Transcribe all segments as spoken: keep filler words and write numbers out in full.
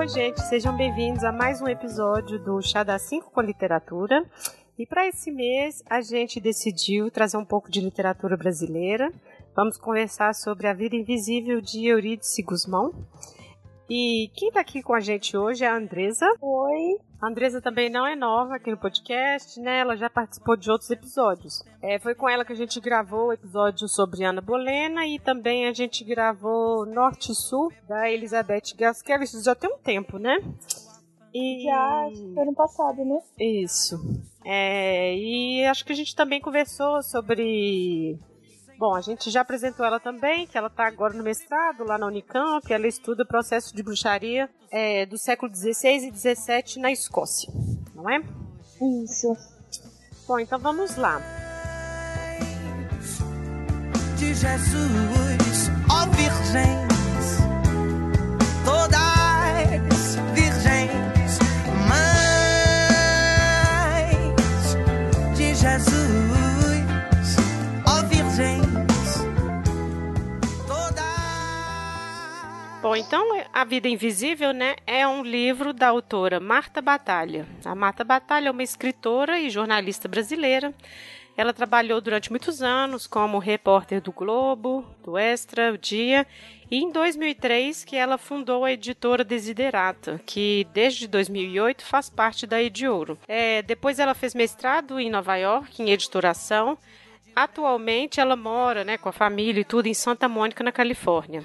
Oi, gente, sejam bem-vindos a mais um episódio do Chá das cinco com Literatura. E para esse mês, a gente decidiu trazer um pouco de literatura brasileira. Vamos conversar sobre A Vida Invisível, de Eurídice Gusmão. E quem está aqui com a gente hoje é a Andresa. Oi. A Andresa também não é nova aqui no podcast, né? Ela já participou de outros episódios. É, foi com ela que a gente gravou o episódio sobre Ana Bolena e também a gente gravou Norte e Sul, da Elizabeth Gaskell. Isso já tem um tempo, né? E... Já, foi ano passado, né? Isso. É, e acho que a gente também conversou sobre... Bom, a gente já apresentou ela também, que ela está agora no mestrado lá na Unicamp, ela estuda processo de bruxaria é, do século dezesseis e dezessete na Escócia, não é? Isso. Bom, então vamos lá. De Jesus, ó virgens, todas virgens, mães de Jesus. Bom, então, A Vida Invisível, né, é um livro da autora Marta Batalha. A Marta Batalha é uma escritora e jornalista brasileira. Ela trabalhou durante muitos anos como repórter do Globo, do Extra, o Dia, e em dois mil e três que ela fundou a editora Desiderata, que desde dois mil e oito faz parte da Ediouro. É, depois ela fez mestrado em Nova York, em editoração. Atualmente ela mora, né, com a família e tudo em Santa Mônica, na Califórnia.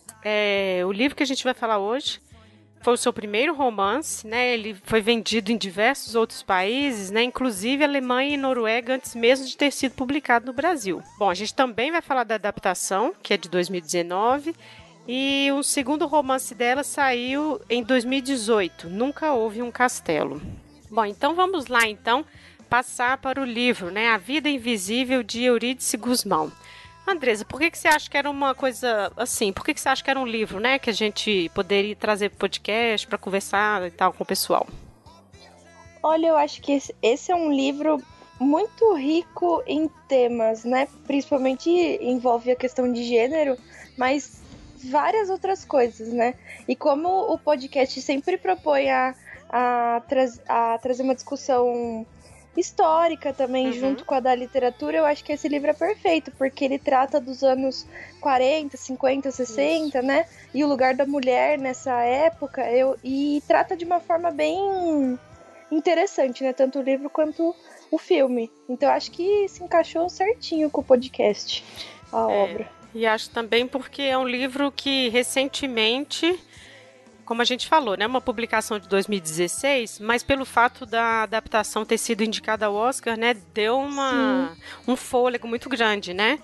É, o livro que a gente vai falar hoje foi o seu primeiro romance, né? Ele foi vendido em diversos outros países, né? Inclusive Alemanha e Noruega, antes mesmo de ter sido publicado no Brasil. Bom, a gente também vai falar da adaptação, que é de dois mil e dezenove, e o segundo romance dela saiu em dois mil e dezoito, Nunca Houve um Castelo. Bom, então vamos lá, então, passar para o livro, né? A Vida Invisível, de Eurídice Gusmão. Andresa, por que, que você acha que era uma coisa assim? Por que, que você acha que era um livro, né? Que a gente poderia trazer para o podcast para conversar e tal com o pessoal? Olha, eu acho que esse, esse é um livro muito rico em temas, né? Principalmente envolve a questão de gênero, mas várias outras coisas, né? E como o podcast sempre propõe a, a, tra- a trazer uma discussão histórica também, uhum, junto com a da literatura, eu acho que esse livro é perfeito, porque ele trata dos anos quarenta, cinquenta, sessenta, isso, né? E o lugar da mulher nessa época, eu, e trata de uma forma bem interessante, né? Tanto o livro quanto o filme. Então eu acho que se encaixou certinho com o podcast, a é, obra. E acho também porque é um livro que recentemente, como a gente falou, né, uma publicação de dois mil e dezesseis, mas pelo fato da adaptação ter sido indicada ao Oscar, né, deu uma, um fôlego muito grande, né?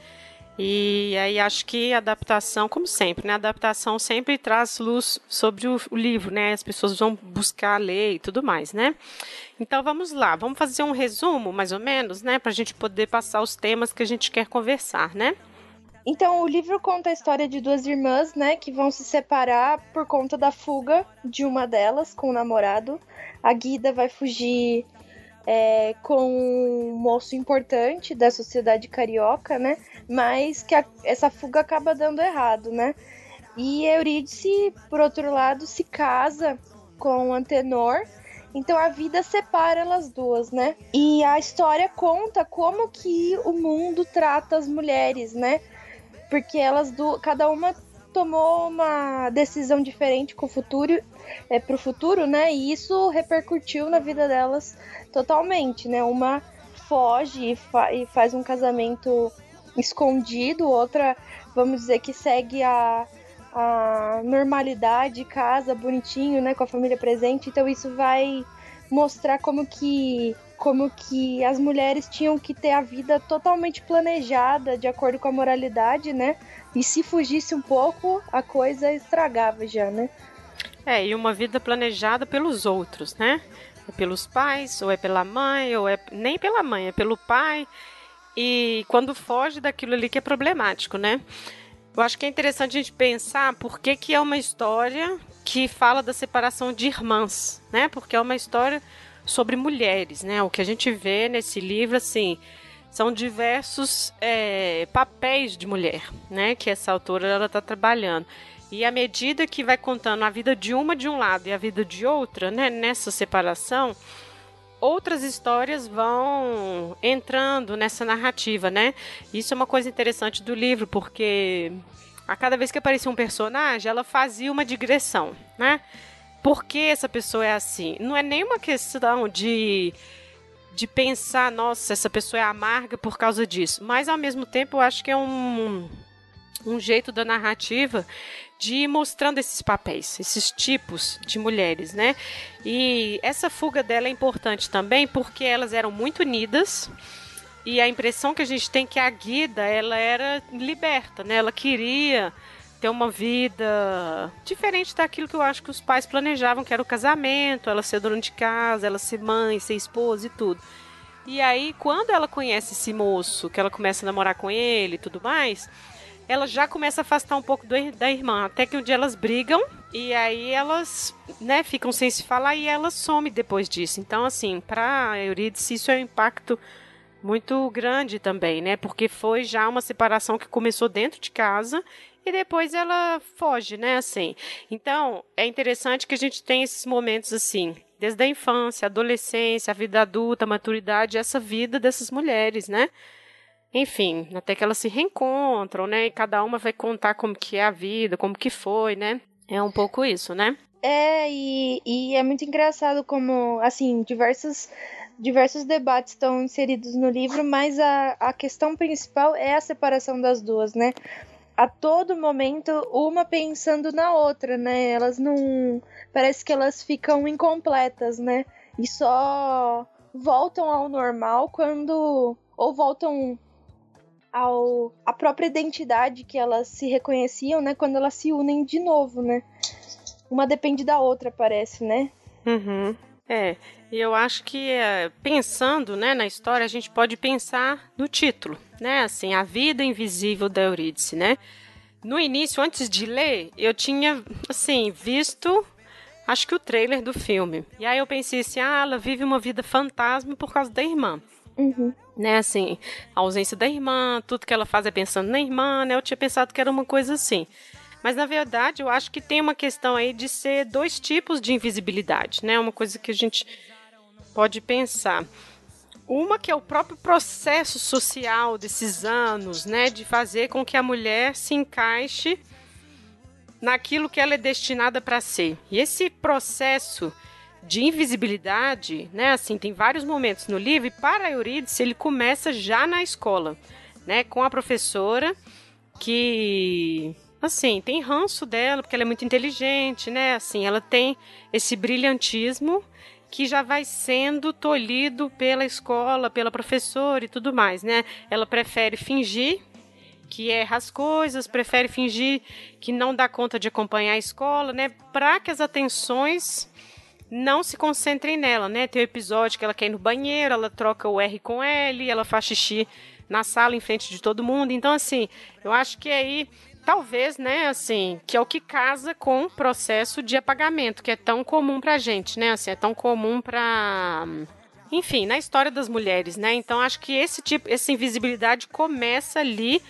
E aí acho que a adaptação, como sempre, né, a adaptação sempre traz luz sobre o, o livro, né? As pessoas vão buscar ler e tudo mais, né? Então vamos lá, vamos fazer um resumo, mais ou menos, né, para a gente poder passar os temas que a gente quer conversar, né? Então, o livro conta a história de duas irmãs, né, que vão se separar por conta da fuga de uma delas com o namorado. A Guida vai fugir é, com um moço importante da sociedade carioca, né, mas que a, essa fuga acaba dando errado, né. E Eurídice, por outro lado, se casa com Antenor. Então a vida separa elas duas, né? E a história conta como que o mundo trata as mulheres, né? Porque elas, do, cada uma tomou uma decisão diferente com o futuro, é, pro futuro, né? E isso repercutiu na vida delas totalmente, né? Uma foge e, fa- e faz um casamento escondido, outra, vamos dizer, que segue a, a normalidade, casa bonitinho, né? Com a família presente. Então isso vai mostrar como que... como que as mulheres tinham que ter a vida totalmente planejada, de acordo com a moralidade, né? E se fugisse um pouco, a coisa estragava já, né? É, e uma vida planejada pelos outros, né? É pelos pais, ou é pela mãe, ou é nem pela mãe, é pelo pai. E quando foge daquilo ali que é problemático, né? Eu acho que é interessante a gente pensar por que que é uma história que fala da separação de irmãs, né? Porque é uma história sobre mulheres, né? O que a gente vê nesse livro, assim, são diversos é, papéis de mulher, né? Que essa autora ela está trabalhando. E à medida que vai contando a vida de uma de um lado e a vida de outra, né, nessa separação, outras histórias vão entrando nessa narrativa, né? Isso é uma coisa interessante do livro, porque a cada vez que aparecia um personagem, ela fazia uma digressão, né? Por que essa pessoa é assim? Não é nenhuma questão de, de pensar, nossa, essa pessoa é amarga por causa disso. Mas, ao mesmo tempo, eu acho que é um, um jeito da narrativa de ir mostrando esses papéis, esses tipos de mulheres, né? E essa fuga dela é importante também porque elas eram muito unidas e a impressão que a gente tem é que a Guida, ela era liberta, né? Ela queria ter uma vida diferente daquilo que eu acho que os pais planejavam, que era o casamento, ela ser dona de casa, ela ser mãe, ser esposa e tudo. E aí, quando ela conhece esse moço, que ela começa a namorar com ele e tudo mais, ela já começa a afastar um pouco do, da irmã, até que um dia elas brigam e aí elas, né, ficam sem se falar e ela some depois disso. Então, assim, para Eurídice isso é um impacto muito grande também, né, porque foi já uma separação que começou dentro de casa e depois ela foge, né, assim. Então, é interessante que a gente tem esses momentos, assim, desde a infância, a adolescência, a vida adulta, a maturidade, essa vida dessas mulheres, né. Enfim, até que elas se reencontram, né? E cada uma vai contar como que é a vida, como que foi, né? É um pouco isso, né? É, e, e é muito engraçado como, assim, diversos, diversos debates estão inseridos no livro, mas a, a questão principal é a separação das duas, né? A todo momento, uma pensando na outra, né? Elas não... Parece que elas ficam incompletas, né? E só voltam ao normal quando... Ou voltam... Ao, a própria identidade que elas se reconheciam, né, quando elas se unem de novo, né? Uma depende da outra, parece, né? Uhum. É, e eu acho que é, pensando, né, na história, a gente pode pensar no título, né, assim, A Vida Invisível da Eurídice, né? No início, antes de ler, eu tinha, assim, visto, acho que o trailer do filme. E aí eu pensei assim, ah, ela vive uma vida fantasma por causa da irmã. Uhum. Né, assim, a ausência da irmã, tudo que ela faz é pensando na irmã, né, eu tinha pensado que era uma coisa assim. Mas, na verdade, eu acho que tem uma questão aí de ser dois tipos de invisibilidade, né, uma coisa que a gente pode pensar. Uma que é o próprio processo social desses anos, né, de fazer com que a mulher se encaixe naquilo que ela é destinada para ser. E esse processo de invisibilidade, né, assim, tem vários momentos no livro, e para Eurídice ele começa já na escola, né, com a professora que, assim, tem ranço dela, porque ela é muito inteligente, né, assim, ela tem esse brilhantismo que já vai sendo tolhido pela escola, pela professora e tudo mais, né, ela prefere fingir que erra as coisas, prefere fingir que não dá conta de acompanhar a escola, né, para que as atenções não se concentrem nela, né? Tem um episódio que ela quer ir no banheiro, ela troca o R com L, ela faz xixi na sala em frente de todo mundo. Então, assim, eu acho que aí, talvez, né, assim, que é o que casa com o processo de apagamento, que é tão comum pra gente, né? Assim, é tão comum pra... Enfim, na história das mulheres, né? Então, acho que esse tipo, essa invisibilidade começa ali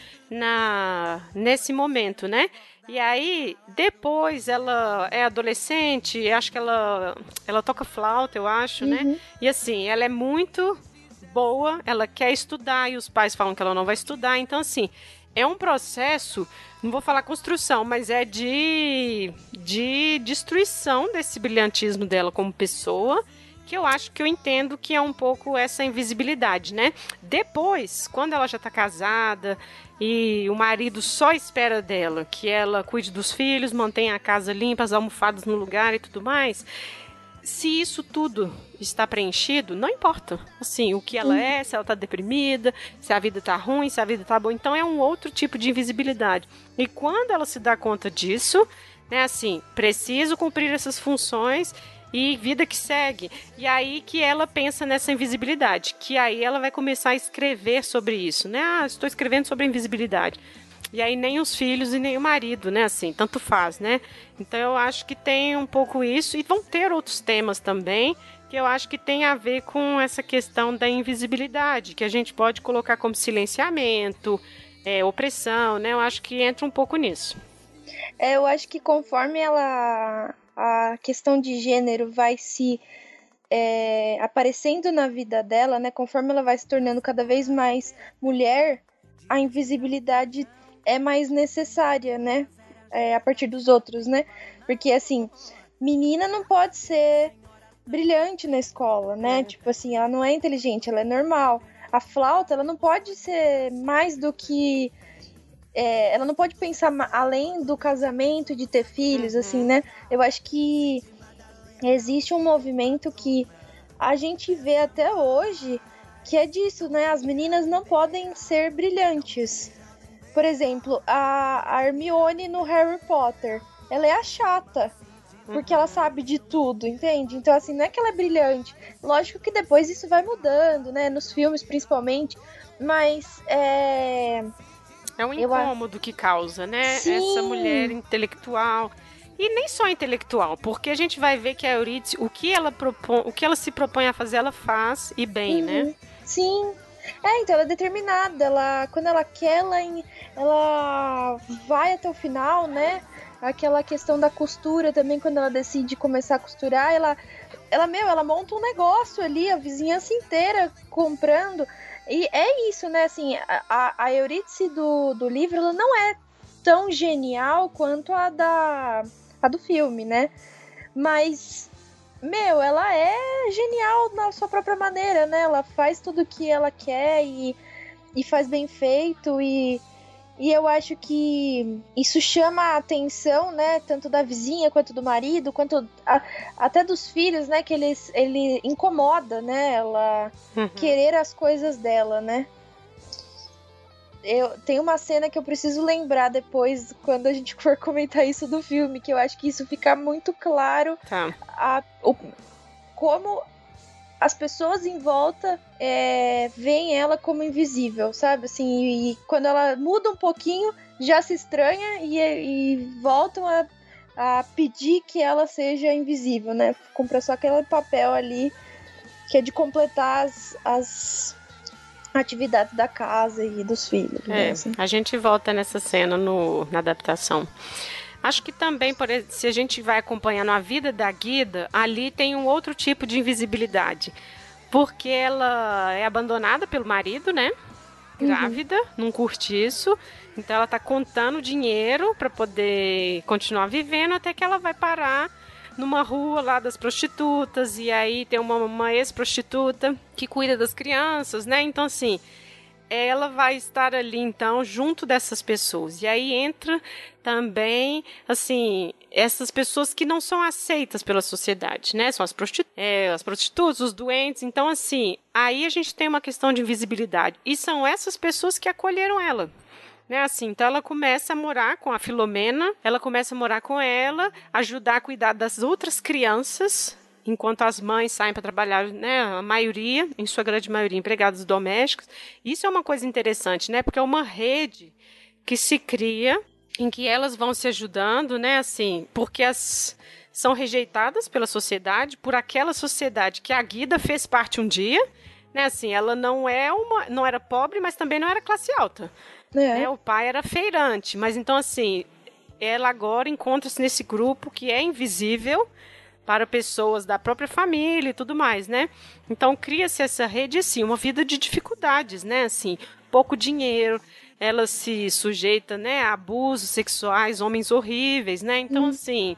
na, nesse momento, né? E aí, depois ela é adolescente, acho que ela, ela toca flauta, eu acho, uhum. né? E assim, ela é muito boa, ela quer estudar e os pais falam que ela não vai estudar. Então, assim, é um processo, não vou falar construção, mas é de, de destruição desse brilhantismo dela como pessoa, que eu acho que eu entendo que é um pouco essa invisibilidade, né? Depois, quando ela já tá casada e o marido só espera dela que ela cuide dos filhos, mantenha a casa limpa, as almofadas no lugar e tudo mais, se isso tudo está preenchido, não importa, assim, o que ela é, se ela tá deprimida, se a vida tá ruim, se a vida tá boa, então é um outro tipo de invisibilidade. E quando ela se dá conta disso, né, assim, preciso cumprir essas funções e vida que segue. E aí que ela pensa nessa invisibilidade, que aí ela vai começar a escrever sobre isso, né? Ah, estou escrevendo sobre a invisibilidade. E aí nem os filhos e nem o marido, né? Assim, tanto faz, né? Então eu acho que tem um pouco isso, e vão ter outros temas também, que eu acho que tem a ver com essa questão da invisibilidade, que a gente pode colocar como silenciamento, é, opressão, né? Eu acho que entra um pouco nisso. É, eu acho que conforme ela a questão de gênero vai se é, aparecendo na vida dela, né? Conforme ela vai se tornando cada vez mais mulher, a invisibilidade é mais necessária, né? É, a partir dos outros, né? Porque, assim, menina não pode ser brilhante na escola, né? É. Tipo assim, ela não é inteligente, ela é normal. A flauta, ela não pode ser mais do que... É, ela não pode pensar além do casamento e de ter filhos, uhum. assim, né? Eu acho que existe um movimento que a gente vê até hoje, que é disso, né? As meninas não podem ser brilhantes. Por exemplo, a, a Hermione no Harry Potter, ela é a chata, porque ela sabe de tudo, entende? Então, assim, não é que ela é brilhante. Lógico que depois isso vai mudando, né? Nos filmes, principalmente. Mas, é... É um incômodo eu... que causa, né? Sim. Essa mulher intelectual. E nem só intelectual, porque a gente vai ver que a Eurídice, o que ela propõe, o que ela se propõe a fazer, ela faz, e bem, uhum. né? Sim. É, então ela é determinada. Ela, quando ela quer, ela, ela vai até o final, né? Aquela questão da costura também, quando ela decide começar a costurar, ela, ela, meu, ela monta um negócio ali, a vizinhança inteira comprando. E é isso, né? Assim, a, a Eurídice do, do livro, ela não é tão genial quanto a da a do filme, né? Mas, meu, ela é genial na sua própria maneira, né? Ela faz tudo o que ela quer e, e faz bem feito e... E eu acho que isso chama a atenção, né, tanto da vizinha quanto do marido, quanto a, até dos filhos, né, que eles, ele incomoda, né, ela uhum. querer as coisas dela, né. Eu, tem uma cena que eu preciso lembrar depois, quando a gente for comentar isso do filme, que eu acho que isso fica muito claro, tá. a, o, como... as pessoas em volta é, veem ela como invisível, sabe? Assim, e, e quando ela muda um pouquinho, já se estranha e, e voltam a, a pedir que ela seja invisível, né? Compra só aquele papel ali que é de completar as, as atividades da casa e dos filhos. É, né? Assim. A gente volta nessa cena no, na adaptação. Acho que também, por exemplo, se a gente vai acompanhando a vida da Guida, ali tem um outro tipo de invisibilidade. Porque ela é abandonada pelo marido, né? Grávida, uhum. num cortiço. Então ela tá contando dinheiro para poder continuar vivendo até que ela vai parar numa rua lá das prostitutas. E aí tem uma, uma ex-prostituta que cuida das crianças, né? Então, assim... ela vai estar ali, então, junto dessas pessoas. E aí entra também, assim, essas pessoas que não são aceitas pela sociedade, né? São as, prostitu- é, as prostitutas, os doentes. Então, assim, aí a gente tem uma questão de invisibilidade. E são essas pessoas que acolheram ela. Né, assim, então ela começa a morar com a Filomena, ela começa a morar com ela, ajudar a cuidar das outras crianças, enquanto as mães saem para trabalhar, né, a maioria, em sua grande maioria, empregados domésticos. Isso é uma coisa interessante, né, porque é uma rede que se cria, em que elas vão se ajudando, né, assim, porque as são rejeitadas pela sociedade, por aquela sociedade que a Guida fez parte um dia, né, assim, ela não é uma, não era pobre, mas também não era classe alta. É. Né, o pai era feirante, mas então, assim, ela agora encontra-se nesse grupo que é invisível para pessoas da própria família e tudo mais, né? Então, cria-se essa rede, assim, uma vida de dificuldades, né? Assim, pouco dinheiro, ela se sujeita, né, a abusos sexuais, homens horríveis, né? Então, hum. assim,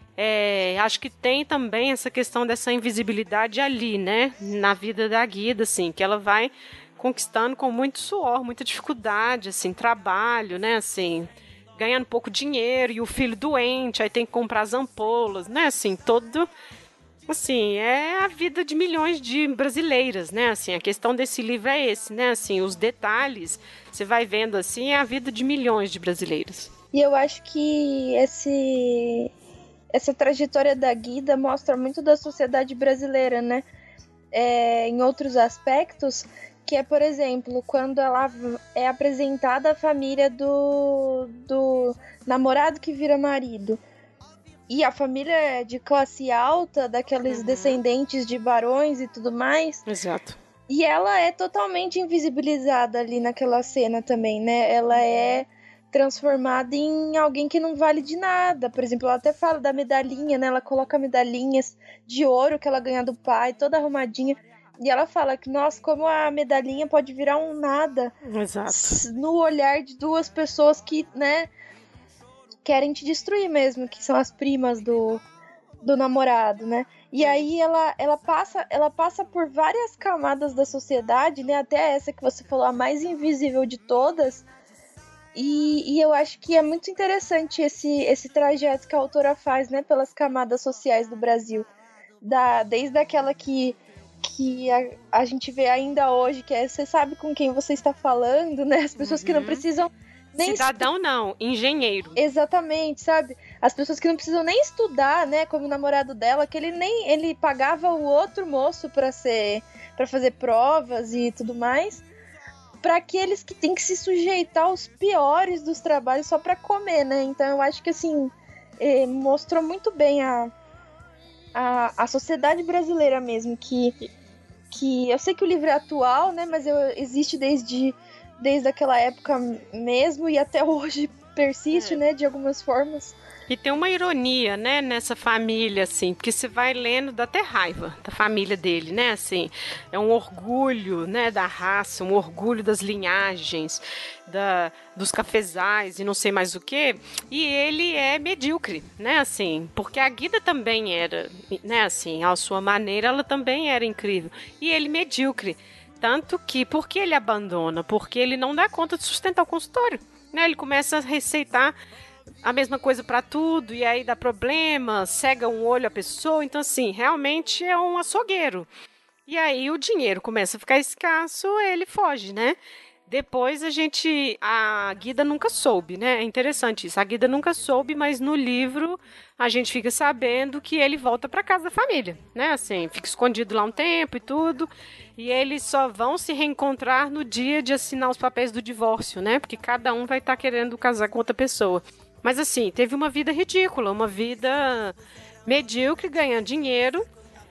é, acho que tem também essa questão dessa invisibilidade ali, né? Na vida da Guida, assim, que ela vai conquistando com muito suor, muita dificuldade, assim, trabalho, né? Assim... ganhando pouco dinheiro, e o filho doente, aí tem que comprar as ampolas, né, assim, todo, assim, é a vida de milhões de brasileiras, né, assim, a questão desse livro é esse, né, assim, os detalhes, você vai vendo, assim, é a vida de milhões de brasileiras. E eu acho que esse, essa trajetória da Guida mostra muito da sociedade brasileira, né, é, em outros aspectos, que é, por exemplo, quando ela é apresentada à família do, do namorado que vira marido. E a família é de classe alta, daqueles uhum. descendentes de barões e tudo mais. Exato. E ela é totalmente invisibilizada ali naquela cena também, né? Ela é transformada em alguém que não vale de nada. Por exemplo, ela até fala da medalhinha, né? Ela coloca medalhinhas de ouro que ela ganha do pai, toda arrumadinha. E ela fala que, nossa, como a medalhinha pode virar um nada. Exato. No olhar de duas pessoas que, né, querem te destruir mesmo, que são as primas do, do namorado, né? E aí ela, ela, passa, ela passa por várias camadas da sociedade, né? Até essa que você falou, a mais invisível de todas. E, e eu acho que é muito interessante esse, esse trajeto que a autora faz, né, pelas camadas sociais do Brasil. Da, desde aquela que, que a, a gente vê ainda hoje, que é você sabe com quem você está falando, né? As pessoas uhum. que não precisam nem Cidadão estu... não, engenheiro. Exatamente, sabe? As pessoas que não precisam nem estudar, né? Como o namorado dela, que ele nem ele pagava o outro moço para ser para fazer provas e tudo mais. Para aqueles que têm que se sujeitar aos piores dos trabalhos só para comer, né? Então eu acho que assim eh, mostrou muito bem a, a, a sociedade brasileira mesmo, que, que eu sei que o livro é atual, né? Mas eu, existe desde, desde aquela época mesmo e até hoje persiste, é. né? De algumas formas. E tem uma ironia, né, nessa família, assim, porque você vai lendo, dá até raiva da família dele, né, assim, é um orgulho, né, da raça, um orgulho das linhagens, da, dos cafezais e não sei mais o que, e ele é medíocre, né, assim, porque a Guida também era, né, assim, à sua maneira, ela também era incrível, e ele medíocre, tanto que, por que ele abandona? Porque ele não dá conta de sustentar o consultório, né, ele começa a receitar a mesma coisa para tudo, e aí dá problema, cega um olho a pessoa, então assim, realmente é um açougueiro. E aí o dinheiro começa a ficar escasso, ele foge, né? Depois a gente, a Guida nunca soube, né? É interessante isso, a Guida nunca soube, mas no livro a gente fica sabendo que ele volta para casa da família, né? Assim, fica escondido lá um tempo e tudo, e eles só vão se reencontrar no dia de assinar os papéis do divórcio, né? Porque cada um vai estar tá querendo casar com outra pessoa. Mas assim, teve uma vida ridícula, uma vida medíocre, ganhando dinheiro,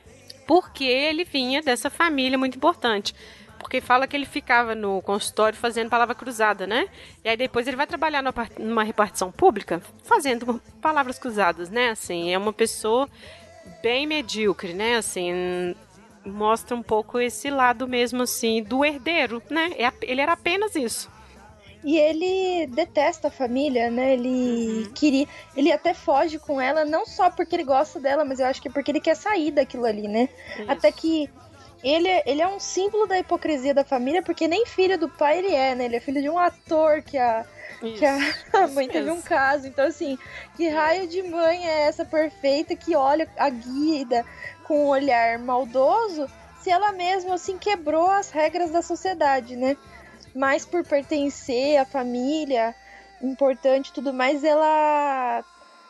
porque ele vinha dessa família muito importante. Porque fala que ele ficava no consultório fazendo palavra cruzada, né? E aí depois ele vai trabalhar numa repartição pública fazendo palavras cruzadas, né? Assim, é uma pessoa bem medíocre, né? Assim, mostra um pouco esse lado mesmo, assim, do herdeiro, né? Ele era apenas isso. E ele detesta a família, né? Ele uhum. queria. Ele até foge com ela, não só porque ele gosta dela, mas eu acho que é porque ele quer sair daquilo ali, né? Isso. Até que ele, ele é um símbolo da hipocrisia da família, porque nem filho do pai ele é, né? Ele é filho de um ator que a, que a, a mãe teve um caso. Então, assim, que raio de mãe é essa perfeita que olha a Guida com um olhar maldoso, se ela mesma, assim, quebrou as regras da sociedade, né? Mas por pertencer à família importante e tudo mais, ela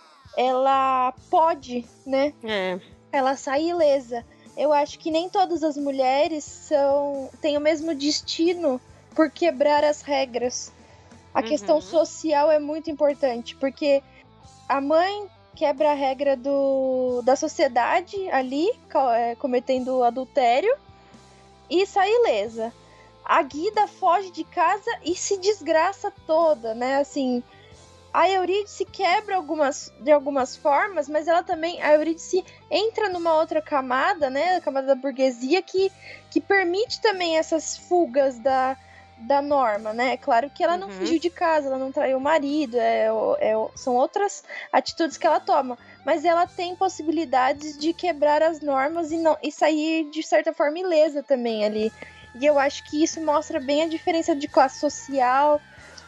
ela pode, né? É. Ela sai ilesa. Eu acho que nem todas as mulheres são têm o mesmo destino por quebrar as regras. A uhum. questão social é muito importante, porque a mãe quebra a regra do, da sociedade ali, cometendo adultério, e sai ilesa. A Guida foge de casa e se desgraça toda, né? Assim, a Eurídice quebra algumas, de algumas formas, mas ela também, a Eurídice entra numa outra camada, né? A camada da burguesia que, que permite também essas fugas da, da norma, né? Claro que ela não uhum. fugiu de casa, ela não traiu o marido, é, é, são outras atitudes que ela toma, mas ela tem possibilidades de quebrar as normas e, não, e sair de certa forma ilesa também ali. E eu acho que isso mostra bem a diferença de classe social,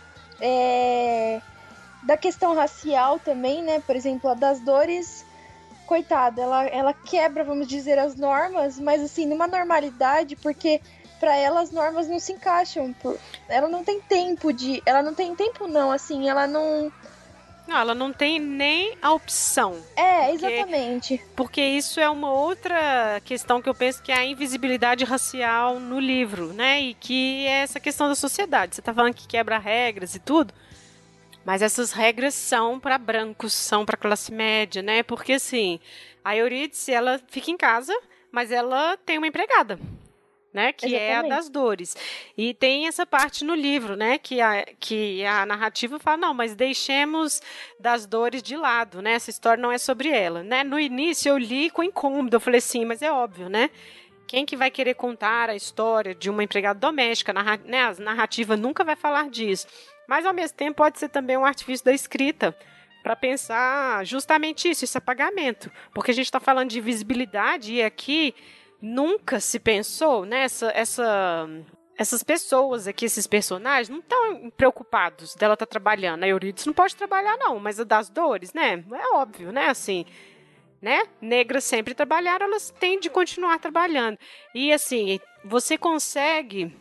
é, da questão racial também, né? Por exemplo, a das Dores, coitada, ela, ela quebra, vamos dizer, as normas, mas assim, numa normalidade, porque para ela as normas não se encaixam. Por, ela não tem tempo de... Ela não tem tempo, não, assim, ela não... Não, ela não tem nem a opção. É, porque, exatamente. Porque isso é uma outra questão que eu penso que é a invisibilidade racial no livro, né? E que é essa questão da sociedade. Você tá falando que quebra regras e tudo, mas essas regras são para brancos, são para classe média, né? Porque assim, a Eurídice, ela fica em casa, mas ela tem uma empregada. né, que Exatamente. é a das dores. E tem essa parte no livro, né, que a, que a narrativa fala, não, mas deixemos das dores de lado, né, essa história não é sobre ela, né. No início eu li com incômodo, eu falei assim, mas é óbvio, né, quem que vai querer contar a história de uma empregada doméstica, narra, né, a narrativa nunca vai falar disso, mas ao mesmo tempo pode ser também um artifício da escrita, para pensar justamente isso, esse apagamento, porque a gente está falando de visibilidade e aqui nunca se pensou, né, essa, essa, essas pessoas aqui, esses personagens, não estão preocupados dela estar tá trabalhando. A Eurídice não pode trabalhar, não, mas a das dores, né, é óbvio, né, assim, né, negras sempre trabalharam, elas têm de continuar trabalhando. E, assim, você consegue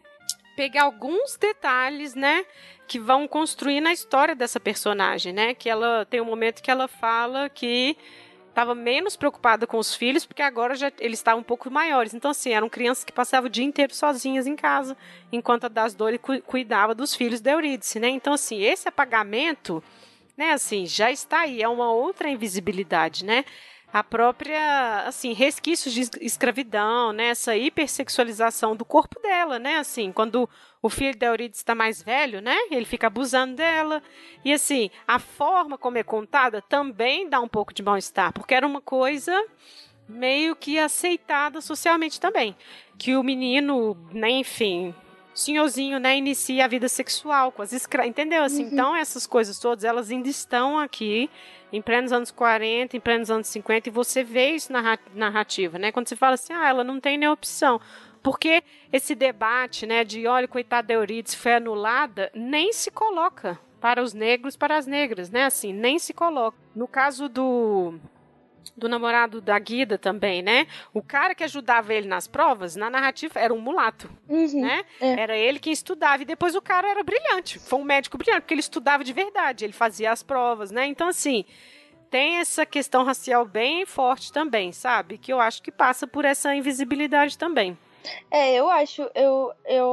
pegar alguns detalhes, né, que vão construir na história dessa personagem, né, que ela tem um momento que ela fala que estava menos preocupada com os filhos, porque agora já eles estavam um pouco maiores. Então, assim, eram crianças que passavam o dia inteiro sozinhas em casa, enquanto a das dores cu- cuidava dos filhos da Eurídice, né? Então, assim, esse apagamento, né, assim, já está aí, é uma outra invisibilidade, né? A própria, assim, resquícios de escravidão, né? Essa hipersexualização do corpo dela, né? Assim, quando o filho da Eurídice está mais velho, né? Ele fica abusando dela. E, assim, a forma como é contada também dá um pouco de mal-estar, porque era uma coisa meio que aceitada socialmente também. Que o menino, né, enfim, senhorzinho, né, inicia a vida sexual com as escravas, entendeu? Assim, uhum. Então, essas coisas todas, elas ainda estão aqui em plenos anos quarenta, em plenos anos cinquenta, e você vê isso na narrativa, né? Quando você fala assim, ah, ela não tem nem opção. Porque esse debate, né, de, olha, coitada da Eurídice foi anulada, nem se coloca para os negros, para as negras, né? Assim, nem se coloca. No caso do... do namorado da Guida também, né? O cara que ajudava ele nas provas, na narrativa, era um mulato, uhum, né? É. Era ele quem estudava, e depois o cara era brilhante, foi um médico brilhante, porque ele estudava de verdade, ele fazia as provas, né? Então, assim, tem essa questão racial bem forte também, sabe? Que eu acho que passa por essa invisibilidade também. É, eu acho, eu,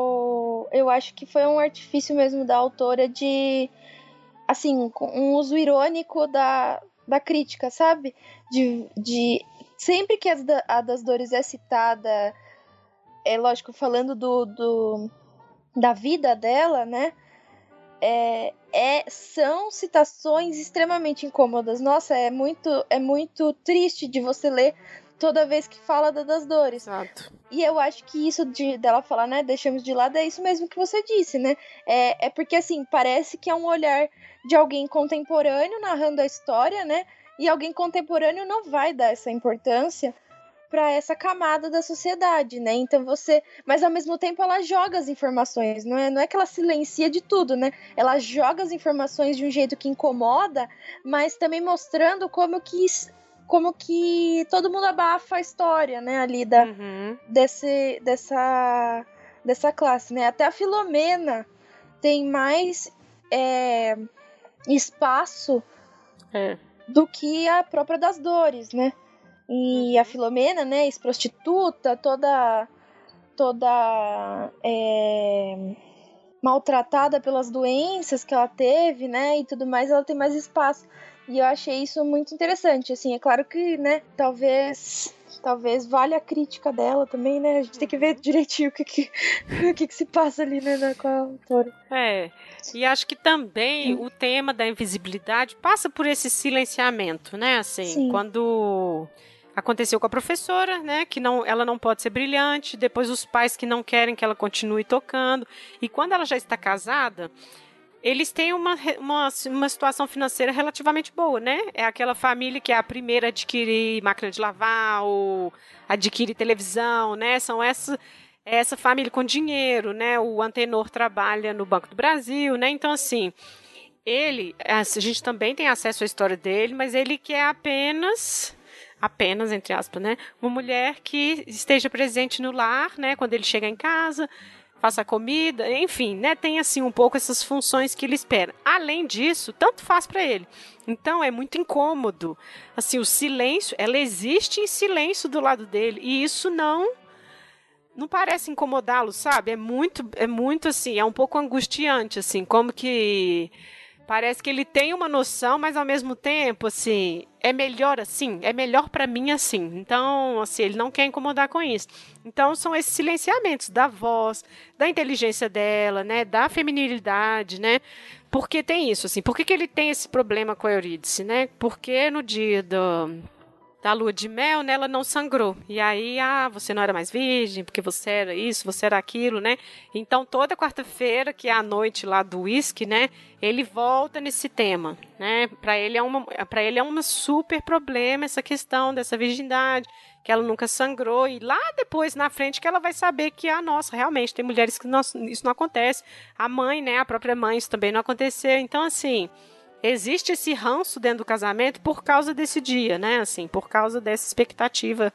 eu, eu acho que foi um artifício mesmo da autora de, assim, um uso irônico da, da crítica, sabe? De, de sempre que as da, a das dores é citada, é lógico, falando do, do da vida dela, né? É, é, são citações extremamente incômodas. Nossa, é muito, é muito triste de você ler toda vez que fala da das dores. Exato. E eu acho que isso de, dela falar, né, deixamos de lado, é isso mesmo que você disse, né? É, é porque, assim, parece que é um olhar de alguém contemporâneo narrando a história, né? E alguém contemporâneo não vai dar essa importância para essa camada da sociedade, né? Então você... Mas, ao mesmo tempo, ela joga as informações, não é, não é que ela silencia de tudo, né? Ela joga as informações de um jeito que incomoda, mas também mostrando como que... como que todo mundo abafa a história, né, ali da, uhum. desse, dessa, dessa classe, né, até a Filomena tem mais é, espaço é. do que a própria das dores, né, e uhum. a Filomena, né, ex-prostituta, toda, toda é, maltratada pelas doenças que ela teve, né, e tudo mais, ela tem mais espaço. E eu achei isso muito interessante, assim, é claro que, né, talvez, talvez valha a crítica dela também, né, a gente tem que ver direitinho o que que, o que, que se passa ali, né, com a autora. É, e acho que também Sim. o tema da invisibilidade passa por esse silenciamento, né, assim, Sim. quando aconteceu com a professora, né, que não, ela não pode ser brilhante, depois os pais que não querem que ela continue tocando, e quando ela já está casada, eles têm uma, uma, uma situação financeira relativamente boa, né? É aquela família que é a primeira a adquirir máquina de lavar ou adquirir televisão, né? São essa, essa família com dinheiro, né? O Antenor trabalha no Banco do Brasil, né? Então, assim, ele... A gente também tem acesso à história dele, mas ele que é apenas... apenas, entre aspas, né? Uma mulher que esteja presente no lar, né? Quando ele chega em casa... faça comida, enfim, né, tem assim um pouco essas funções que ele espera. Além disso, tanto faz para ele. Então é muito incômodo. Assim, o silêncio, ela existe em silêncio do lado dele e isso não não parece incomodá-lo, sabe? É muito é muito assim, é um pouco angustiante assim, como que Parece que ele tem uma noção, mas ao mesmo tempo, assim, é melhor assim, é melhor pra mim assim. Então, assim, ele não quer incomodar com isso. Então, são esses silenciamentos da voz, da inteligência dela, né, da feminilidade, né? Porque tem isso, assim, por que que ele tem esse problema com a Eurídice, né? Porque no dia do... da lua de mel, né, ela não sangrou. E aí, ah, você não era mais virgem, porque você era isso, você era aquilo, né? Então, toda quarta-feira, que é a noite lá do uísque, né, ele volta nesse tema, né? Para ele é uma, para ele é um super problema essa questão dessa virgindade, que ela nunca sangrou, e lá depois, na frente, que ela vai saber que, ah, nossa, realmente, tem mulheres que não, isso não acontece. A mãe, né, a própria mãe, isso também não aconteceu. Então, assim... existe esse ranço dentro do casamento por causa desse dia, né? Assim, por causa dessa expectativa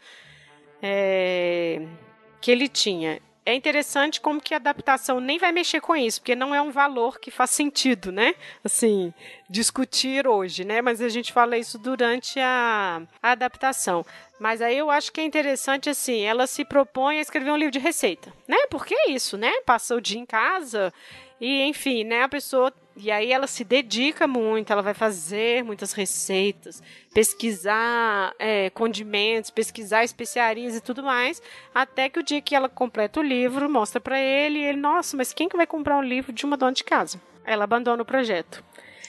é, que ele tinha. É interessante como que a adaptação nem vai mexer com isso, porque não é um valor que faz sentido, né? Assim, discutir hoje, né? Mas a gente fala isso durante a, a adaptação. Mas aí eu acho que é interessante, assim, ela se propõe a escrever um livro de receita, né? Porque é isso, né? Passa o dia em casa e, enfim, né? A pessoa... E aí ela se dedica muito, ela vai fazer muitas receitas, pesquisar é, condimentos, pesquisar especiarias e tudo mais, até que o dia que ela completa o livro, mostra para ele, e ele, nossa, mas quem que vai comprar um livro de uma dona de casa? Ela abandona o projeto.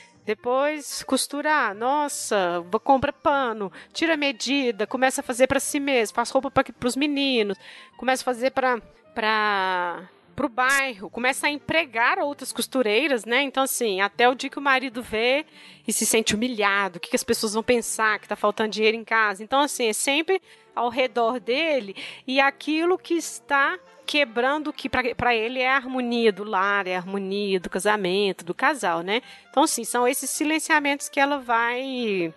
Depois, costurar, nossa, compra pano, tira a medida, começa a fazer para si mesmo, faz roupa para os meninos, começa a fazer para... para pro bairro, começa a empregar outras costureiras, né? Então, assim, até o dia que o marido vê e se sente humilhado, o que, que as pessoas vão pensar, que tá faltando dinheiro em casa. Então, assim, é sempre ao redor dele e aquilo que está quebrando o que para ele é a harmonia do lar, é a harmonia do casamento, do casal, né? Então, assim, são esses silenciamentos que ela vai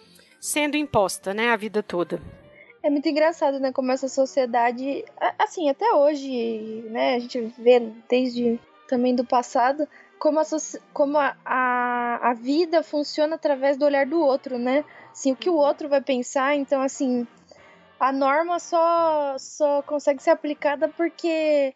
sendo imposta, né, a vida toda. É muito engraçado, né, como essa sociedade, assim, até hoje, né, a gente vê desde também do passado, como a, como a, a, a vida funciona através do olhar do outro, né, assim, o que o outro vai pensar, então, assim, a norma só, só consegue ser aplicada porque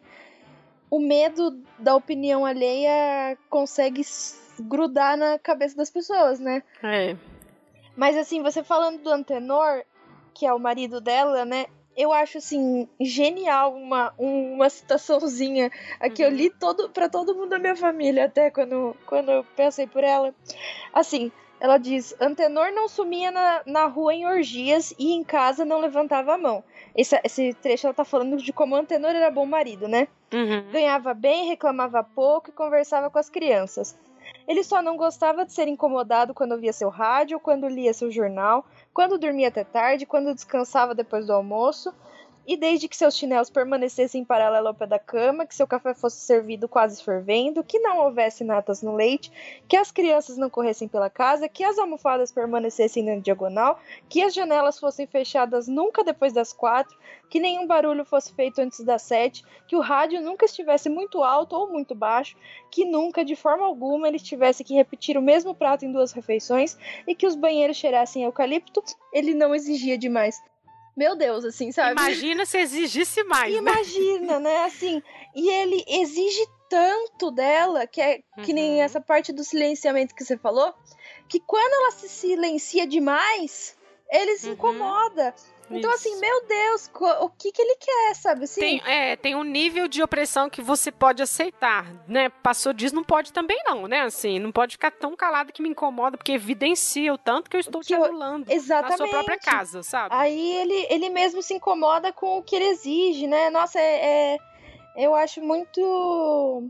o medo da opinião alheia consegue grudar na cabeça das pessoas, né. É. Mas, assim, você falando do Antenor, que é o marido dela, né? Eu acho, assim, genial uma, uma citaçãozinha. Aqui uhum. Eu li todo, pra todo mundo da minha família, até quando, quando eu pensei por ela. Assim, ela diz, Antenor não sumia na, na rua em orgias e em casa não levantava a mão. Esse, esse trecho ela tá falando de como Antenor era bom marido, né? Uhum. Ganhava bem, reclamava pouco e conversava com as crianças. Ele só não gostava de ser incomodado quando ouvia seu rádio, quando lia seu jornal, quando dormia até tarde, quando descansava depois do almoço, e desde que seus chinelos permanecessem em paralelo ao pé da cama, que seu café fosse servido quase fervendo, que não houvesse natas no leite, que as crianças não corressem pela casa, que as almofadas permanecessem na diagonal, que as janelas fossem fechadas nunca depois das quatro, que nenhum barulho fosse feito antes das sete, que o rádio nunca estivesse muito alto ou muito baixo, que nunca, de forma alguma, ele tivesse que repetir o mesmo prato em duas refeições e que os banheiros cheirassem a eucalipto, ele não exigia demais. Meu Deus, assim, sabe? Imagina se exigisse mais, Imagina, né? né? Assim, e ele exige tanto dela, que é uhum. que nem essa parte do silenciamento que você falou, que quando ela se silencia demais, ele se uhum. incomoda. Então, Isso. assim, meu Deus, o que que ele quer, sabe? Assim, tem, é, tem um nível de opressão que você pode aceitar, né? Passou disso, não pode também não, né? Assim, não pode ficar tão calado que me incomoda, porque evidencia o tanto que eu estou te anulando na sua própria casa, sabe? Aí ele, ele mesmo se incomoda com o que ele exige, né? Nossa, é, é eu acho muito,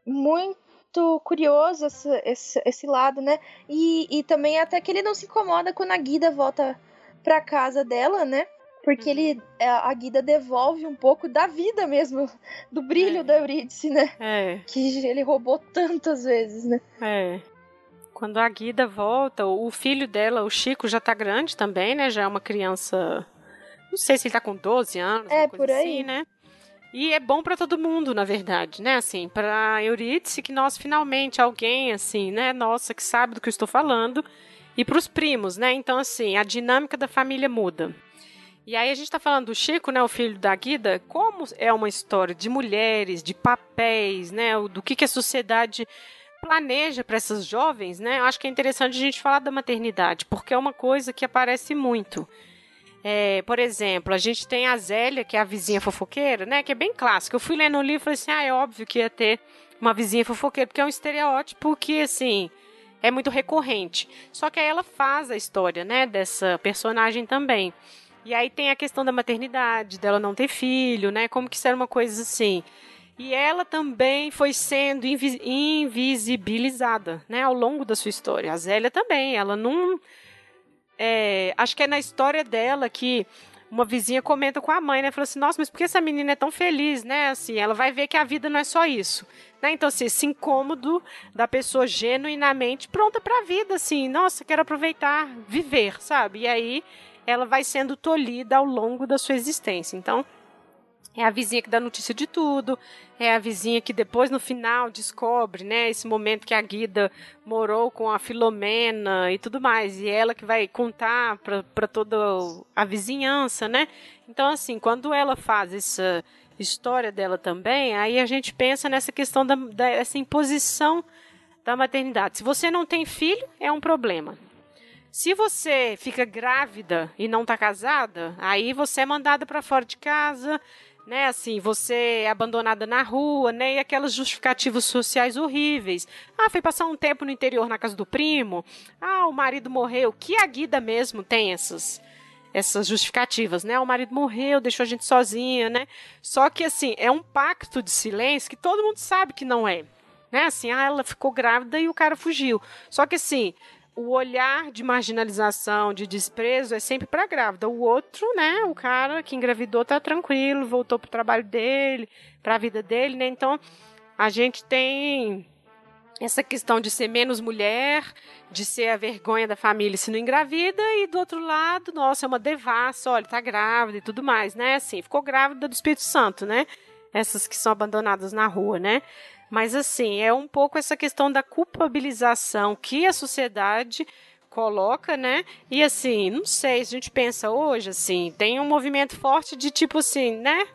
muito curioso esse, esse, esse lado, né? E, e também até que ele não se incomoda quando a Guida volta pra casa dela, né? Porque uhum. ele, a Guida devolve um pouco da vida mesmo, do brilho é. da Eurídice, né? É. Que ele roubou tantas vezes, né? É. Quando a Guida volta, o filho dela, o Chico, já tá grande também, né? Já é uma criança... Não sei se ele tá com doze anos, é, uma coisa por aí. assim, né? E é bom pra todo mundo, na verdade, né? Assim, pra Eurídice, que nós finalmente, alguém, assim, né? Nossa, que sabe do que eu estou falando. E pros primos, né? Então, assim, a dinâmica da família muda. E aí a gente tá falando do Chico, né, o filho da Guida, como é uma história de mulheres, de papéis, né, do que, que a sociedade planeja para essas jovens, né? Eu acho que é interessante a gente falar da maternidade, porque é uma coisa que aparece muito. É, por exemplo, a gente tem a Zélia, que é a vizinha fofoqueira, né? Que é bem clássica. Eu fui lendo o livro e falei assim, ah, é óbvio que ia ter uma vizinha fofoqueira, porque é um estereótipo que, assim, é muito recorrente. Só que aí ela faz a história, né, dessa personagem também. E aí tem a questão da maternidade, dela não ter filho, né? Como que isso era uma coisa assim... E ela também foi sendo invi- invisibilizada, né, ao longo da sua história. A Zélia também, ela não... É, acho que é na história dela que uma vizinha comenta com a mãe, né, falou assim, nossa, mas por que essa menina é tão feliz, né, assim, ela vai ver que a vida não é só isso, né, então, assim, esse incômodo da pessoa genuinamente pronta para a vida, assim, nossa, quero aproveitar, viver, sabe, e aí ela vai sendo tolhida ao longo da sua existência, então... É a vizinha que dá notícia de tudo, é a vizinha que depois, no final, descobre, né, esse momento que a Guida morou com a Filomena e tudo mais, e ela que vai contar para toda a vizinhança, né? Então, assim, quando ela faz essa história dela também, aí a gente pensa nessa questão da, dessa imposição da maternidade. Se você não tem filho, é um problema. Se você fica grávida e não está casada, aí você é mandada para fora de casa... Né, assim, você é abandonada na rua, né, e aquelas justificativas sociais horríveis. Ah, foi passar um tempo no interior na casa do primo. Ah, o marido morreu. Que a Guida mesmo tem essas, essas justificativas, né? O marido morreu, deixou a gente sozinha, né? Só que, assim, é um pacto de silêncio que todo mundo sabe que não é. Né, assim, ah, ela ficou grávida e o cara fugiu. Só que, assim... O olhar de marginalização, de desprezo é sempre para a grávida. O outro, né, o cara que engravidou tá tranquilo, voltou pro trabalho dele, para a vida dele, né? Então, a gente tem essa questão de ser menos mulher, de ser a vergonha da família se não engravida, e do outro lado, nossa, é uma devassa, olha, tá grávida e tudo mais, né? Assim, ficou grávida do Espírito Santo, né? Essas que são abandonadas na rua, né? Mas, assim, é um pouco essa questão da culpabilização que a sociedade coloca, né? E, assim, não sei, se a gente pensa hoje, assim, tem um movimento forte de, tipo assim, né?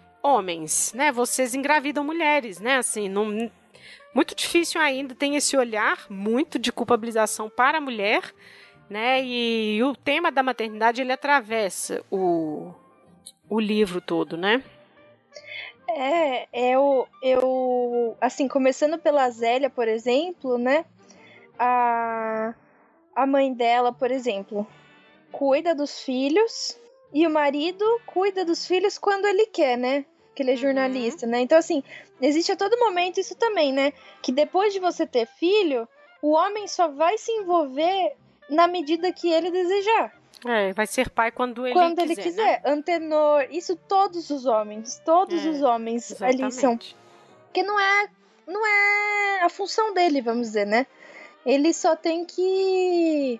Homens, né? Vocês engravidam mulheres, né? Assim, não... muito difícil ainda, tem esse olhar muito de culpabilização para a mulher, né? E o tema da maternidade, ele atravessa o, o livro todo, né? É, eu, eu, assim, começando pela Zélia, por exemplo, né, a, a mãe dela, por exemplo, cuida dos filhos e o marido cuida dos filhos quando ele quer, né, que ele é jornalista, uhum. né, então, assim, existe a todo momento isso também, né, que depois de você ter filho, o homem só vai se envolver na medida que ele desejar. É, vai ser pai quando ele quando quiser, ele quiser. Né? Antenor, isso todos os homens, todos é, os homens exatamente. Ali são. Porque não é, não é a função dele, vamos dizer, né? Ele só tem que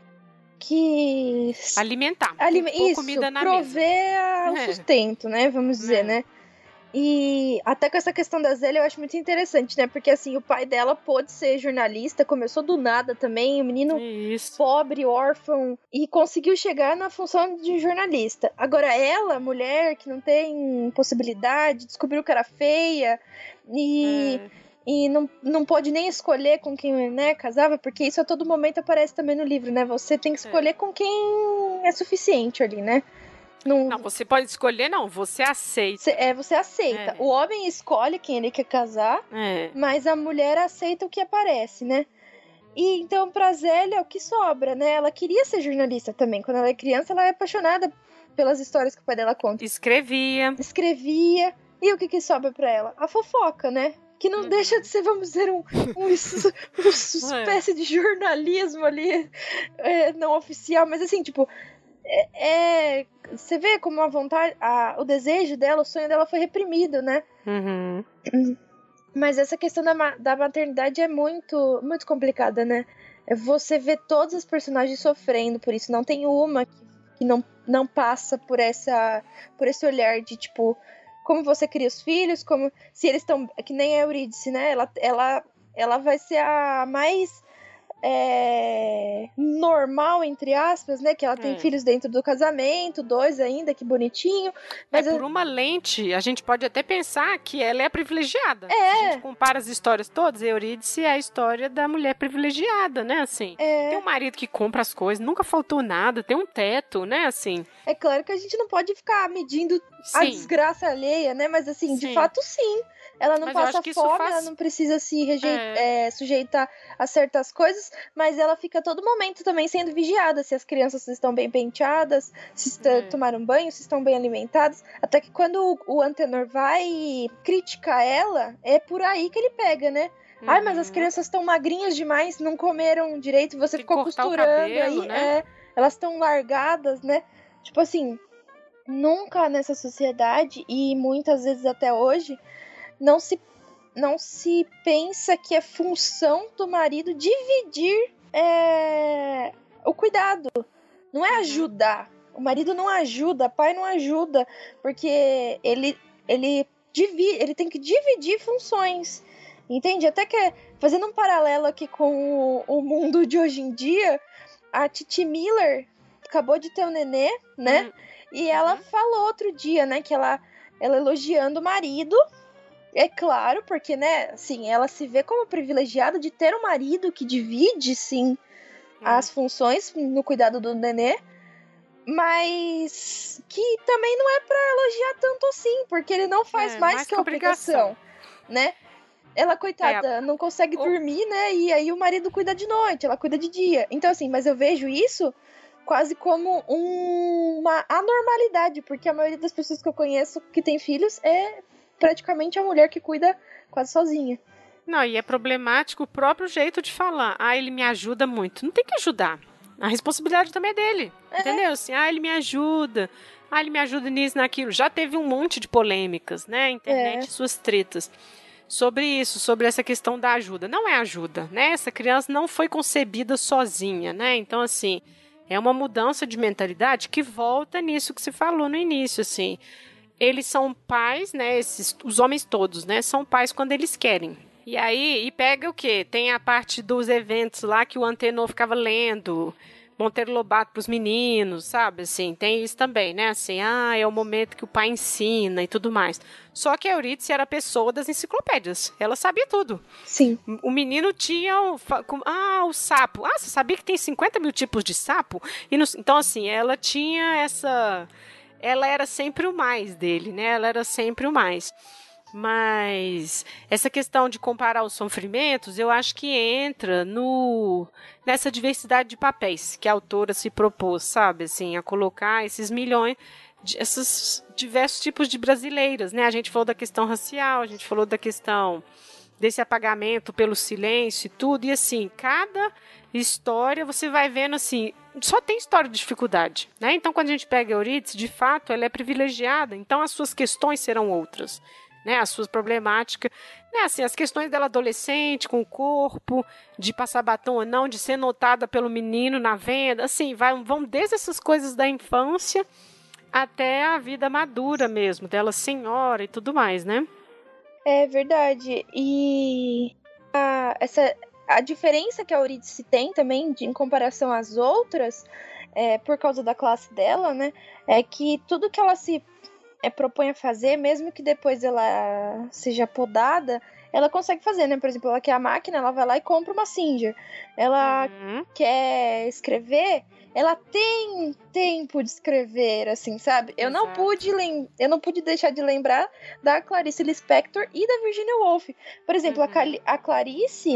que alimentar, alime- tem que pôr isso, comida na prover mesa. o sustento, né? Vamos dizer, é. né? E até com essa questão da Zélia eu acho muito interessante, né? Porque assim, o pai dela pôde ser jornalista, começou do nada também, um menino Isso. pobre, órfão, e conseguiu chegar na função de jornalista. Agora ela, mulher que não tem possibilidade, descobriu que era feia e, é. e não, não pôde nem escolher com quem, né, casava, porque isso a todo momento aparece também no livro, né? Você tem que escolher é. com quem é suficiente ali, né? Não, não, você pode escolher, não, você aceita. Cê, é, você aceita. É. O homem escolhe quem ele quer casar, é. mas a mulher aceita o que aparece, né? E então, pra Zélia, o que sobra, né? Ela queria ser jornalista também. Quando ela é criança, ela é apaixonada pelas histórias que o pai dela conta. Escrevia. Escrevia. E o que que sobra pra ela? A fofoca, né? Que não uhum. deixa de ser, vamos dizer, um, um, um espécie de jornalismo ali, é, não oficial, mas assim, tipo... É, é, você vê como a vontade, a, o desejo dela, o sonho dela foi reprimido, né? Uhum. Mas essa questão da, da maternidade é muito, muito complicada, né? Você vê todas as personagens sofrendo por isso. Não tem uma que, que não, não passa por essa, por esse olhar de tipo, como você cria os filhos, como se eles estão, que nem a Eurídice, né? Ela, ela, ela vai ser a mais é, normal, entre aspas, né? Que ela tem É. filhos dentro do casamento, dois ainda, que bonitinho. Mas é, por uma lente, a gente pode até pensar que ela é privilegiada. É. Se a gente compara as histórias todas, Eurídice é a história da mulher privilegiada, né, assim. É. Tem um marido que compra as coisas, nunca faltou nada, tem um teto, né, assim. É claro que a gente não pode ficar medindo a Sim. desgraça alheia, né? Mas assim, de Sim. fato, sim. Ela não Mas eu passa acho que isso fome, faz- ela não precisa se rejei- É. é, sujeitar a certas coisas, mas ela fica a todo momento também sendo vigiada, se as crianças estão bem penteadas, se está- É. tomaram banho, se estão bem alimentadas. Até que quando o, o Antenor vai criticar ela, é por aí que ele pega, né? Ai, mas as Uhum. crianças estão magrinhas demais, não comeram direito, você Tem que ficou cortar o costurando cabelo, aí, né? é, elas estão largadas, né? Tipo assim, nunca nessa sociedade, e muitas vezes até hoje, não se, não se pensa que é função do marido dividir é, o cuidado. Não é Uhum. ajudar. O marido não ajuda, o pai não ajuda, porque ele, ele, divide, ele tem que dividir funções. Entende? Até que, fazendo um paralelo aqui com o, o mundo de hoje em dia, a Titi Miller acabou de ter um nenê, né? Uhum. E ela Uhum. falou outro dia, né, que ela, ela elogiando o marido, é claro, porque, né, assim, ela se vê como privilegiada de ter um marido que divide, sim, Hum. as funções no cuidado do nenê, mas que também não é pra elogiar tanto assim, porque ele não faz É, mais, mais que que a obrigação, né? Ela, coitada, É, não consegue o- dormir, né? E aí o marido cuida de noite, ela cuida de dia. Então, assim, mas eu vejo isso quase como um- uma anormalidade, porque a maioria das pessoas que eu conheço que tem filhos é praticamente a mulher que cuida quase sozinha. Não, e é problemático o próprio jeito de falar. Ah, ele me ajuda muito. Não tem que ajudar. A responsabilidade também é dele. É. Entendeu? Assim, ah, ele me ajuda. Ah, ele me ajuda nisso, naquilo. Já teve um monte de polêmicas, né? Internet É. e suas tretas. Sobre isso, sobre essa questão da ajuda. Não é ajuda, né? Essa criança não foi concebida sozinha, né? Então, assim, é uma mudança de mentalidade que volta nisso que se falou no início, assim. Eles são pais, né? Esses, os homens todos, né? São pais quando eles querem. E aí, e pega o quê? Tem a parte dos eventos lá que o Antenor ficava lendo, Monteiro Lobato pros meninos, sabe? Assim, tem isso também, né? Assim, ah, é o momento que o pai ensina e tudo mais. Só que a Eurídice era a pessoa das enciclopédias. Ela sabia tudo. Sim. O menino tinha o, ah, o sapo. Ah, você sabia que tem cinquenta mil tipos de sapo? E no, então, assim, ela tinha essa... Ela era sempre o mais dele, né? Ela era sempre o mais. Mas essa questão de comparar os sofrimentos, eu acho que entra no nessa diversidade de papéis que a autora se propôs, sabe? Assim, a colocar esses milhões, de, esses diversos tipos de brasileiras, né? A gente falou da questão racial, a gente falou da questão desse apagamento pelo silêncio e tudo, e assim, cada história você vai vendo assim, só tem história de dificuldade, né? Então, quando a gente pega a Eurídice, de fato, ela é privilegiada, então as suas questões serão outras. Né, as suas problemáticas, né, assim, as questões dela adolescente, com o corpo, de passar batom ou não, de ser notada pelo menino na venda, assim, vai, vão desde essas coisas da infância até a vida madura mesmo, dela senhora e tudo mais, né? É verdade. E a, essa, a diferença que a Eurídice tem também, de, em comparação às outras, é, por causa da classe dela, né, é que tudo que ela se É, propõe a fazer, mesmo que depois ela seja podada, ela consegue fazer, né? Por exemplo, ela quer a máquina, ela vai lá e compra uma Singer. Ela Uhum. quer escrever, ela tem tempo de escrever, assim, sabe? Eu não Exato. pude lem- eu não pude deixar de lembrar da Clarice Lispector e da Virginia Woolf. Por exemplo, a, Uhum. Cali- a Clarice,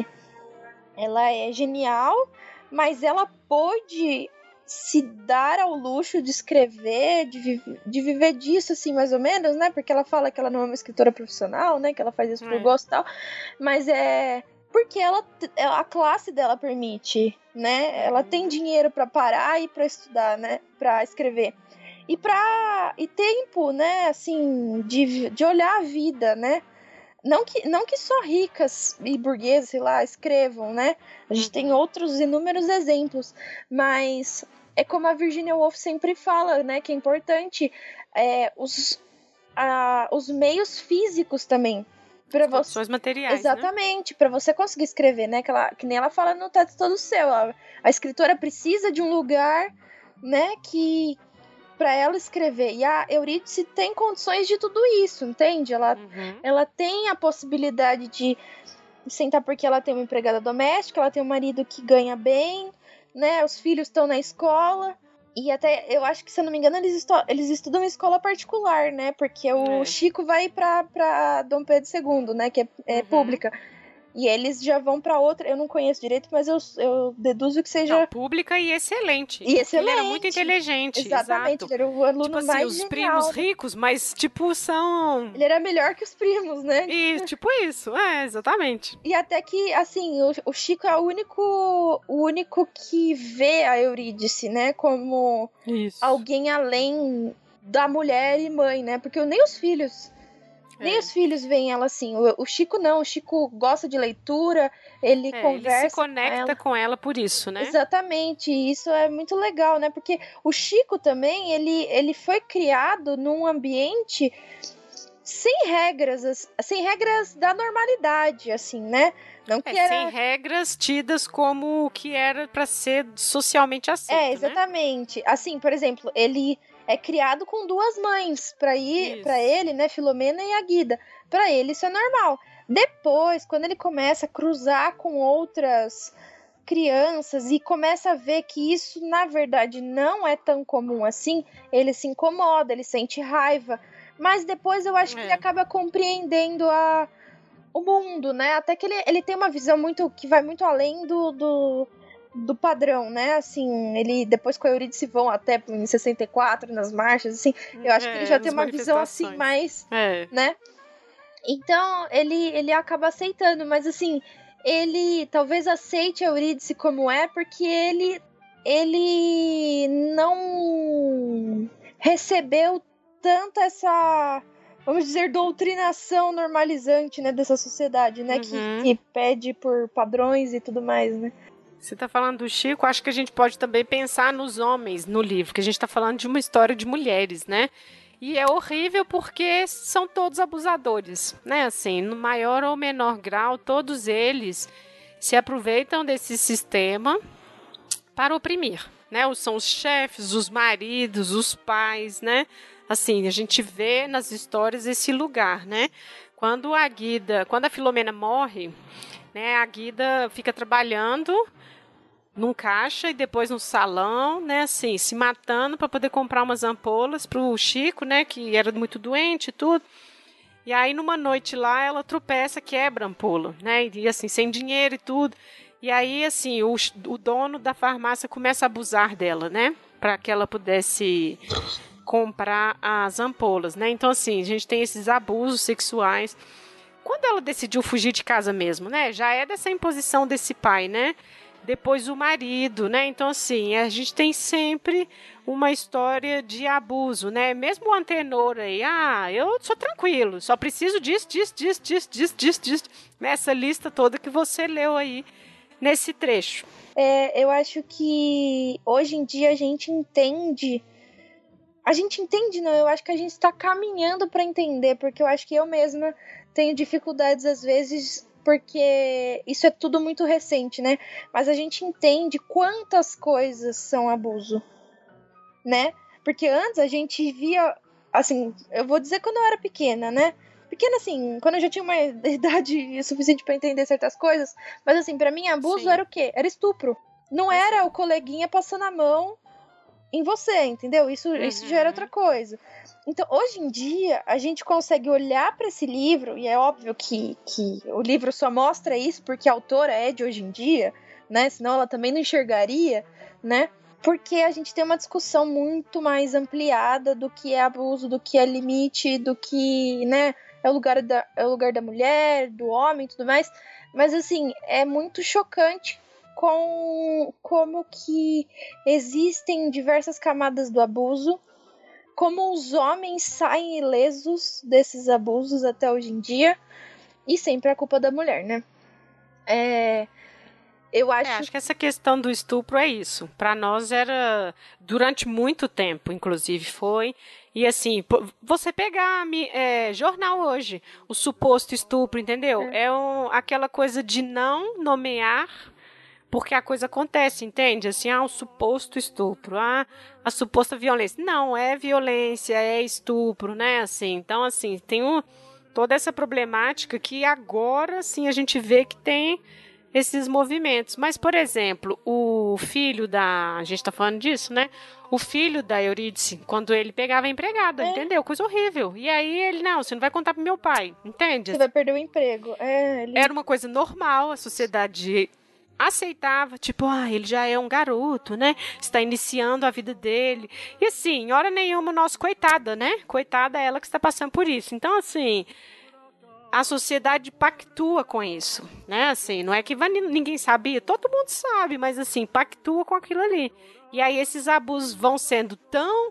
ela é genial, mas ela pôde se dar ao luxo de escrever, de, vi- de viver disso, assim, mais ou menos, né? Porque ela fala que ela não é uma escritora profissional, né? Que ela faz isso por É. gosto e tal. Mas é porque ela, a classe dela permite, né? Ela tem Uhum. dinheiro pra parar e pra estudar, né? Pra escrever. E, pra, e tempo, né? Assim, de, de olhar a vida, né? Não que, não que só ricas e burguesas, sei lá, escrevam, né? A gente tem outros inúmeros exemplos, mas é como a Virginia Woolf sempre fala, né? Que é importante é, os, a, os meios físicos também, Pra condições você... materiais, Exatamente, né? Para você conseguir escrever, né? Que, ela, que nem ela fala no Teto Todo Seu. A, a escritora precisa de um lugar, né? Que para ela escrever. E a Eurídice tem condições de tudo isso, entende? Ela, uhum. ela tem a possibilidade de sentar porque ela tem uma empregada doméstica, ela tem um marido que ganha bem, né? Os filhos estão na escola. E até, eu acho que, se eu não me engano, eles, estu- eles estudam em escola particular, né? Porque o É. Chico vai pra, pra Dom Pedro segundo, né? Que é, é Uhum. pública. E eles já vão pra outra, eu não conheço direito, mas eu, eu deduzo que seja... Não, pública e excelente. E porque ele era muito excelente. inteligente, Exatamente, exato. ele era o aluno Tipo assim, mais os genial. primos ricos, mas tipo são... Ele era melhor que os primos, né? E tipo isso, é, exatamente. E até que, assim, o, o Chico é o único, o único que vê a Eurídice, né? Como Isso. alguém além da mulher e mãe, né? Porque nem os filhos... Nem É. os filhos veem ela assim. O, o Chico não. O Chico gosta de leitura, ele É, conversa ele se conecta com ela. com ela por isso, né? Exatamente. E isso é muito legal, né? Porque o Chico também, ele, ele foi criado num ambiente sem regras, sem regras da normalidade, assim, né? Não que É, era... sem regras tidas como o que era pra ser socialmente aceito, É, exatamente. Né? Assim, por exemplo, ele é criado com duas mães para ir, para ele, né, Filomena e Aguida. Para ele isso é normal. Depois, quando ele começa a cruzar com outras crianças e começa a ver que isso na verdade não é tão comum assim, ele se incomoda, ele sente raiva. Mas depois eu acho é. que ele acaba compreendendo a o mundo, né? Até que ele, ele tem uma visão muito que vai muito além do, do do padrão, né? Assim, ele depois com a Eurídice vão até em sessenta e quatro nas marchas, assim. Eu acho é, que ele já tem uma visão assim mais, é. né? Então, ele ele acaba aceitando, mas assim, ele talvez aceite a Eurídice como é porque ele ele não recebeu tanto essa, vamos dizer, doutrinação normalizante, né, dessa sociedade, né, uhum. que, que pede por padrões e tudo mais, né? Você está falando do Chico, acho que a gente pode também pensar nos homens no livro, que a gente está falando de uma história de mulheres, né? E é horrível porque são todos abusadores, né? Assim, no maior ou menor grau, todos eles se aproveitam desse sistema para oprimir, né? São os chefes, os maridos, os pais, né? Assim, a gente vê nas histórias esse lugar, né? Quando a Guida, quando a Filomena morre, né? A Guida fica trabalhando num caixa e depois no salão, né, assim, se matando para poder comprar umas ampolas pro Chico, né, que era muito doente e tudo. E aí, numa noite lá, ela tropeça, quebra a ampola, né, e assim, sem dinheiro e tudo. E aí, assim, o, o dono da farmácia começa a abusar dela, né, para que ela pudesse comprar as ampolas, né. Então, assim, a gente tem esses abusos sexuais. Quando ela decidiu fugir de casa mesmo, né, já é dessa imposição desse pai, né, depois o marido, né? Então, assim, a gente tem sempre uma história de abuso, né? Mesmo o Antenor aí, ah, eu sou tranquilo, só preciso disso, disso, disso, disso, disso, disso, disso, nessa lista toda que você leu aí nesse trecho. É, eu acho que hoje em dia a gente entende, a gente entende não, eu acho que a gente está caminhando para entender, porque eu acho que eu mesma tenho dificuldades às vezes, porque isso é tudo muito recente, né? Mas a gente entende quantas coisas são abuso, né? Porque antes a gente via, assim, eu vou dizer quando eu era pequena, né? Pequena assim, quando eu já tinha uma idade suficiente para entender certas coisas, mas assim, para mim abuso Sim. era o quê? Era estupro. Não Sim. era o coleguinha passando a mão em você, entendeu? Isso, uhum. isso já era outra coisa. Então, hoje em dia, a gente consegue olhar para esse livro, e é óbvio que, que o livro só mostra isso porque a autora é de hoje em dia, né? Senão ela também não enxergaria, né? Porque a gente tem uma discussão muito mais ampliada do que é abuso, do que é limite, do que, né, é o lugar da, é o lugar da mulher, do homem e tudo mais. Mas, assim, é muito chocante com como que existem diversas camadas do abuso, como os homens saem ilesos desses abusos até hoje em dia, e sempre é culpa da mulher, né? É... Eu acho... É, acho que essa questão do estupro é isso. Para nós era, durante muito tempo, inclusive, foi. E assim, você pegar é, jornal hoje, o suposto estupro, entendeu? É, é um, aquela coisa de não nomear, porque a coisa acontece, entende? Assim, ah, o suposto estupro, ah, a suposta violência. Não, é violência, é estupro, né? Assim, então, assim, tem um, toda essa problemática que agora, sim, a gente vê que tem esses movimentos. Mas, por exemplo, o filho da... A gente tá falando disso, né? O filho da Eurídice, quando ele pegava a empregada, é. entendeu? Coisa horrível. E aí ele, não, você não vai contar pro meu pai, entende? Você vai perder o emprego. É, ele... Era uma coisa normal, a sociedade aceitava, tipo, ah, ele já é um garoto, né? Está iniciando a vida dele. E assim, em hora nenhuma, nossa, coitada, né? Coitada ela que está passando por isso. Então, assim... A sociedade pactua com isso, né? Assim, não é que ninguém sabia, todo mundo sabe, mas assim, pactua com aquilo ali. E aí esses abusos vão sendo tão,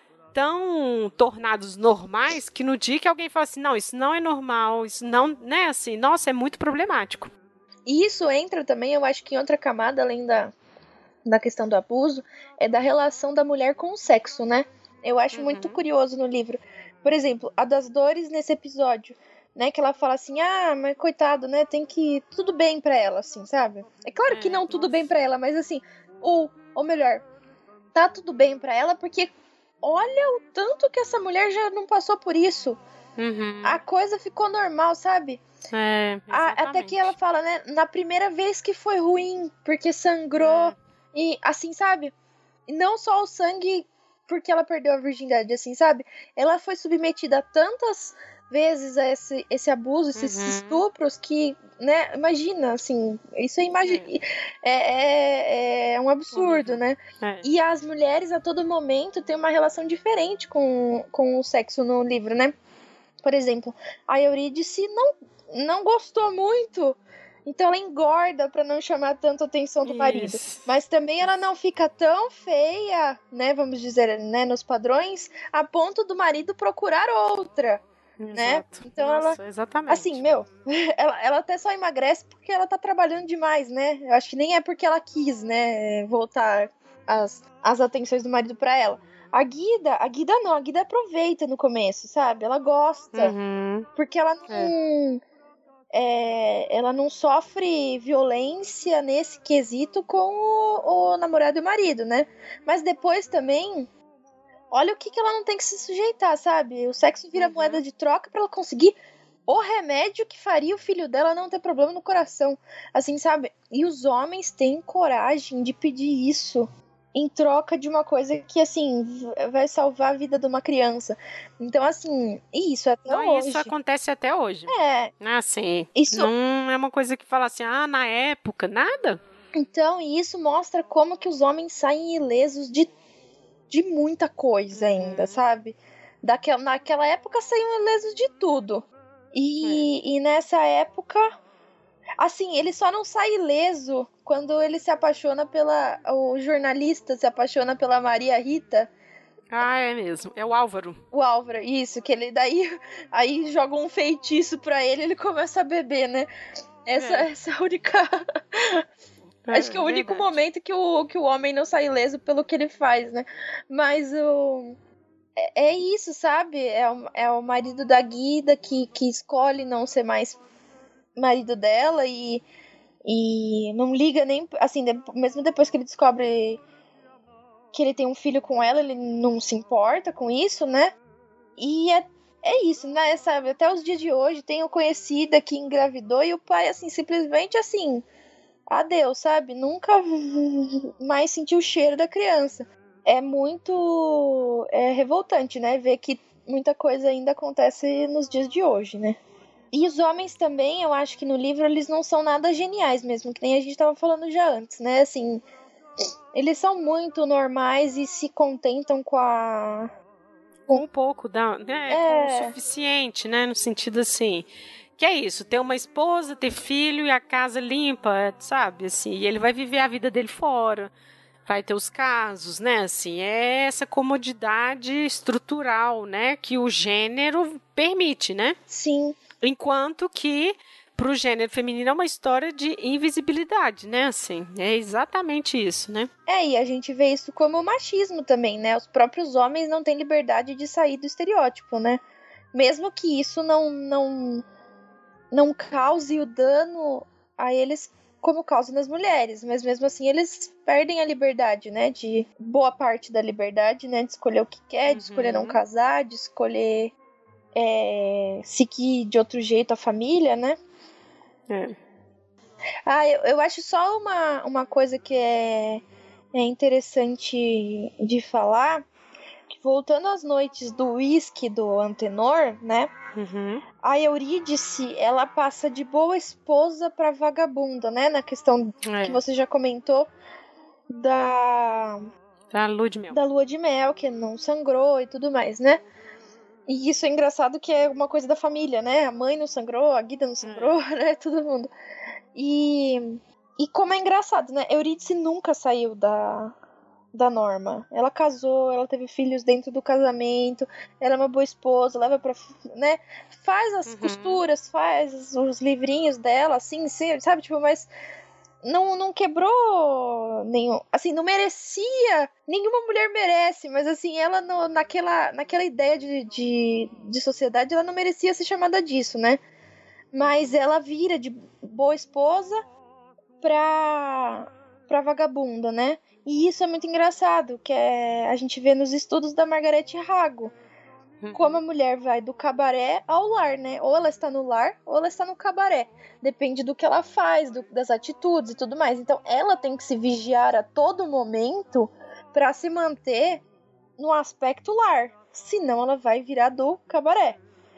tão tornados normais que no dia que alguém fala assim, não, isso não é normal, isso não, né? Assim, nossa, é muito problemático. E isso entra também, eu acho que em outra camada, além da, da questão do abuso, é da relação da mulher com o sexo, né? Eu acho uhum. muito curioso no livro. Por exemplo, a das dores nesse episódio. Né, que ela fala assim, ah, mas coitado, né, tem que... Tudo bem pra ela, assim, sabe? É claro que não tudo bem pra ela, mas assim, ou, ou melhor, tá tudo bem pra ela porque olha o tanto que essa mulher já não passou por isso. Uhum. A coisa ficou normal, sabe? É, a, até que ela fala, né, na primeira vez que foi ruim, porque sangrou, é. e assim, sabe? E não só o sangue porque ela perdeu a virgindade, assim, sabe? Ela foi submetida a tantas... vezes a esse, esse abuso, esses uhum. estupros que, né, imagina, assim, isso é, imagi- é, é, é um absurdo, uhum. né? É. E as mulheres a todo momento têm uma relação diferente com, com o sexo no livro, né? Por exemplo, a Eurídice não, não gostou muito, então ela engorda pra não chamar tanto a atenção do isso. marido. Mas também ela não fica tão feia, né, vamos dizer, né, nos padrões, a ponto do marido procurar outra. Né? Exato. Então Nossa, ela, exatamente. assim, meu, ela, ela até só emagrece porque ela tá trabalhando demais, né? Eu acho que nem é porque ela quis, né, voltar as, as atenções do marido pra ela. A Guida, a Guida não, a Guida aproveita no começo, sabe? Ela gosta, uhum. porque ela não, é. É, ela não sofre violência nesse quesito com o, o namorado e o marido, né? Mas depois também... Olha o que, que ela não tem que se sujeitar, sabe? O sexo vira uhum. moeda de troca pra ela conseguir o remédio que faria o filho dela não ter problema no coração. Assim, sabe? E os homens têm coragem de pedir isso em troca de uma coisa que, assim, vai salvar a vida de uma criança. Então, assim, isso até não, hoje. Isso acontece até hoje. É. Assim, isso... não é uma coisa que fala assim, ah, na época, nada. Então, e isso mostra como que os homens saem ilesos de de muita coisa ainda, uhum. sabe? Daquela, naquela época saíam ilesos de tudo. E, é. e nessa época, assim, ele só não sai ileso quando ele se apaixona pela... O jornalista se apaixona pela Maria Rita. Ah, é mesmo. É o Álvaro. O Álvaro, isso. Que ele daí aí joga um feitiço pra ele e ele começa a beber, né? Essa é, essa é a única... É, Acho que é o único verdade. momento que o, que o homem não sai ileso pelo que ele faz, né? Mas o... É, é isso, sabe? É o, é o marido da Guida que, que escolhe não ser mais marido dela e, e não liga nem... Assim, de, mesmo depois que ele descobre que ele tem um filho com ela, ele não se importa com isso, né? E é, é isso, né? Sabe? Até os dias de hoje, tenho conhecida que engravidou e o pai, assim, simplesmente assim... adeus, sabe? Nunca mais senti o cheiro da criança. É muito é revoltante, né? Ver que muita coisa ainda acontece nos dias de hoje, né? E os homens também, eu acho que no livro eles não são nada geniais mesmo, que nem a gente tava falando já antes, né? Assim, eles são muito normais e se contentam com a... Com um pouco, da, né? É... Com o suficiente, né? No sentido assim... Que é isso, ter uma esposa, ter filho e a casa limpa, sabe? Assim, e ele vai viver a vida dele fora, vai ter os casos, né? Assim, é essa comodidade estrutural, né? Que o gênero permite, né? Sim. Enquanto que pro gênero feminino é uma história de invisibilidade, né? Assim, é exatamente isso, né? É, e a gente vê isso como machismo também, né? Os próprios homens não têm liberdade de sair do estereótipo, né? Mesmo que isso não, não, não cause o dano a eles como causa nas mulheres, mas mesmo assim eles perdem a liberdade, né? De boa parte da liberdade, né? De escolher o que quer, de Uhum. escolher não casar, de escolher é, seguir de outro jeito a família, né? É. Ah, eu, eu acho só uma, uma coisa que é, é interessante de falar, que voltando às noites do whisky do Antenor, né? Uhum. A Eurídice, ela passa de boa esposa pra vagabunda, né? Na questão É. que você já comentou da, Da lua de mel. da lua de mel, que não sangrou e tudo mais, né? E isso é engraçado que é uma coisa da família, né? A mãe não sangrou, a Guida não sangrou, é. né? Todo mundo. E, e como é engraçado, né? Eurídice nunca saiu da, da norma. Ela casou, ela teve filhos dentro do casamento, ela é uma boa esposa, leva pra... né? Faz as uhum. costuras, faz os livrinhos dela, assim, sabe? Tipo, mas não, não quebrou nenhum... Assim, não merecia... Nenhuma mulher merece, mas assim, ela no, naquela, naquela ideia de, de, de sociedade, ela não merecia ser chamada disso, né? Mas ela vira de boa esposa pra, pra vagabunda, né? E isso é muito engraçado, que é, a gente vê nos estudos da Margaret Rago. Como a mulher vai do cabaré ao lar, né? Ou ela está no lar, ou ela está no cabaré. Depende do que ela faz, do, das atitudes e tudo mais. Então, ela tem que se vigiar a todo momento para se manter no aspecto lar. Senão, ela vai virar do cabaré.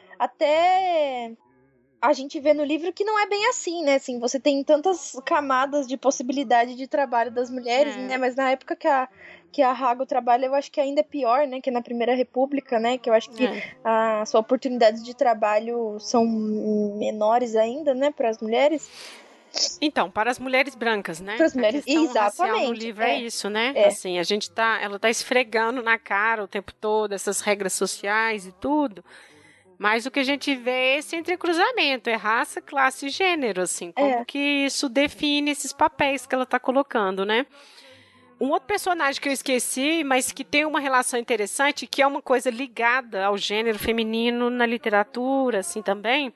Até... a gente vê no livro que não é bem assim, né? Assim, você tem tantas camadas de possibilidade de trabalho das mulheres, é. né? Mas na época que a, que a Rago trabalha, eu acho que ainda é pior, né? Que na Primeira República, né? Que eu acho que é. as suas oportunidades de trabalho são menores ainda, né? Para as mulheres. Então, para as mulheres brancas, né? Para as mulheres, a exatamente. No livro é, é isso, né? É. Assim, a gente tá, ela tá esfregando na cara o tempo todo essas regras sociais e tudo. Mas o que a gente vê é esse entrecruzamento, é raça, classe e gênero, assim, como é. que isso define esses papéis que ela está colocando, né? Um outro personagem que eu esqueci, mas que tem uma relação interessante, que é uma coisa ligada ao gênero feminino na literatura, assim, também,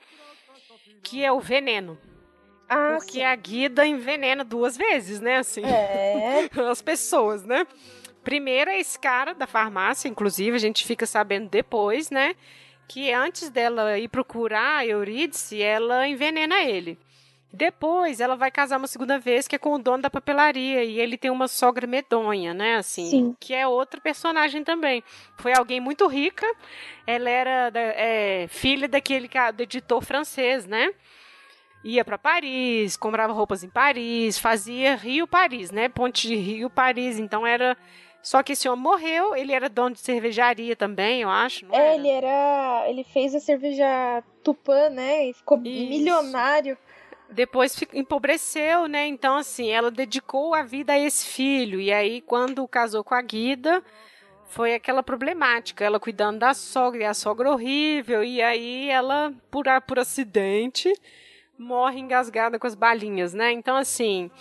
que é o veneno. Ah, Porque sim. a Guida envenena duas vezes, né, assim, é. as pessoas, né? Primeiro é esse cara da farmácia, inclusive, a gente fica sabendo depois, né? Que antes dela ir procurar a Eurídice, ela envenena ele. Depois, ela vai casar uma segunda vez, que é com o dono da papelaria, e ele tem uma sogra medonha, né, assim, Sim. que é outra personagem também. Foi alguém muito rica, ela era da, é, filha daquele do editor francês, né, ia para Paris, comprava roupas em Paris, fazia Rio-Paris, né, ponte de Rio-Paris, então era... Só que esse homem morreu, ele era dono de cervejaria também, eu acho, não é, era? ele era... ele fez a cerveja Tupã, né, e ficou Isso. milionário. Depois empobreceu, né, então assim, ela dedicou a vida a esse filho, e aí quando casou com a Guida, foi aquela problemática, ela cuidando da sogra, e a sogra horrível, e aí ela, por, por acidente, morre engasgada com as balinhas, né, então assim...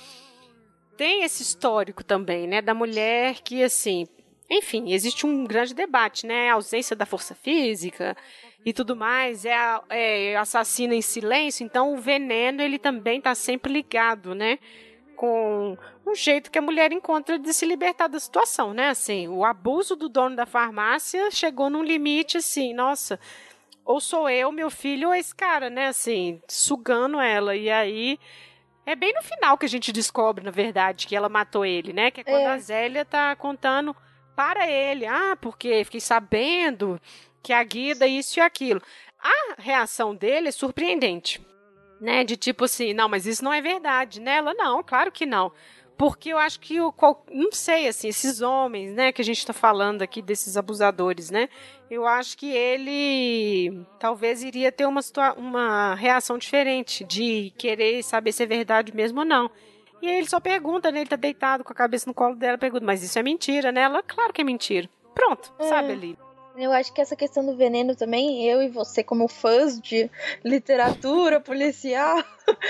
Tem esse histórico também, né, da mulher que, assim, enfim, existe um grande debate, né, a ausência da força física e tudo mais, é, a, é assassina em silêncio, então o veneno, ele também está sempre ligado, né, com um jeito que a mulher encontra de se libertar da situação, né, assim, o abuso do dono da farmácia chegou num limite, assim, nossa, ou sou eu, meu filho, ou esse cara, né, assim, sugando ela, e aí... É bem no final que a gente descobre, na verdade, que ela matou ele, né? Que é quando é. a Zélia tá contando para ele. Ah, porque fiquei sabendo que a Guida isso e aquilo. A reação dele é surpreendente, né? De tipo assim, não, mas isso não é verdade, né? Ela, não, claro que não. Porque eu acho que, eu não sei, assim, esses homens, né, que a gente está falando aqui, desses abusadores, né, eu acho que ele talvez iria ter uma, uma reação diferente, de querer saber se é verdade mesmo ou não. E aí ele só pergunta, né, ele tá deitado com a cabeça no colo dela, pergunta, mas isso é mentira, né? Ela, claro que é mentira. Pronto, é. sabe ali. Eu acho que essa questão do veneno também, eu e você como fãs de literatura policial,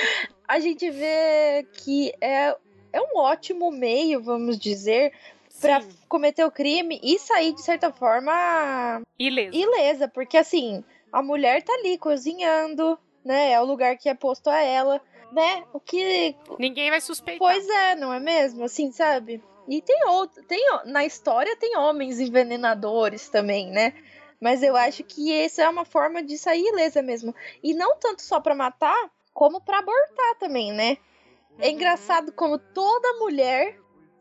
a gente vê que é, é um ótimo meio, vamos dizer, pra Sim. cometer o crime e sair, de certa forma, Ilesa. ilesa. Porque, assim, a mulher tá ali cozinhando, né? É o lugar que é posto a ela, né? O que... Ninguém vai suspeitar. Pois é, não é mesmo? Assim, sabe? E tem outro, tem, na história tem homens envenenadores também, né? Mas eu acho que essa é uma forma de sair ilesa mesmo. E não tanto só pra matar, como pra abortar também, né? É Uhum. engraçado como toda mulher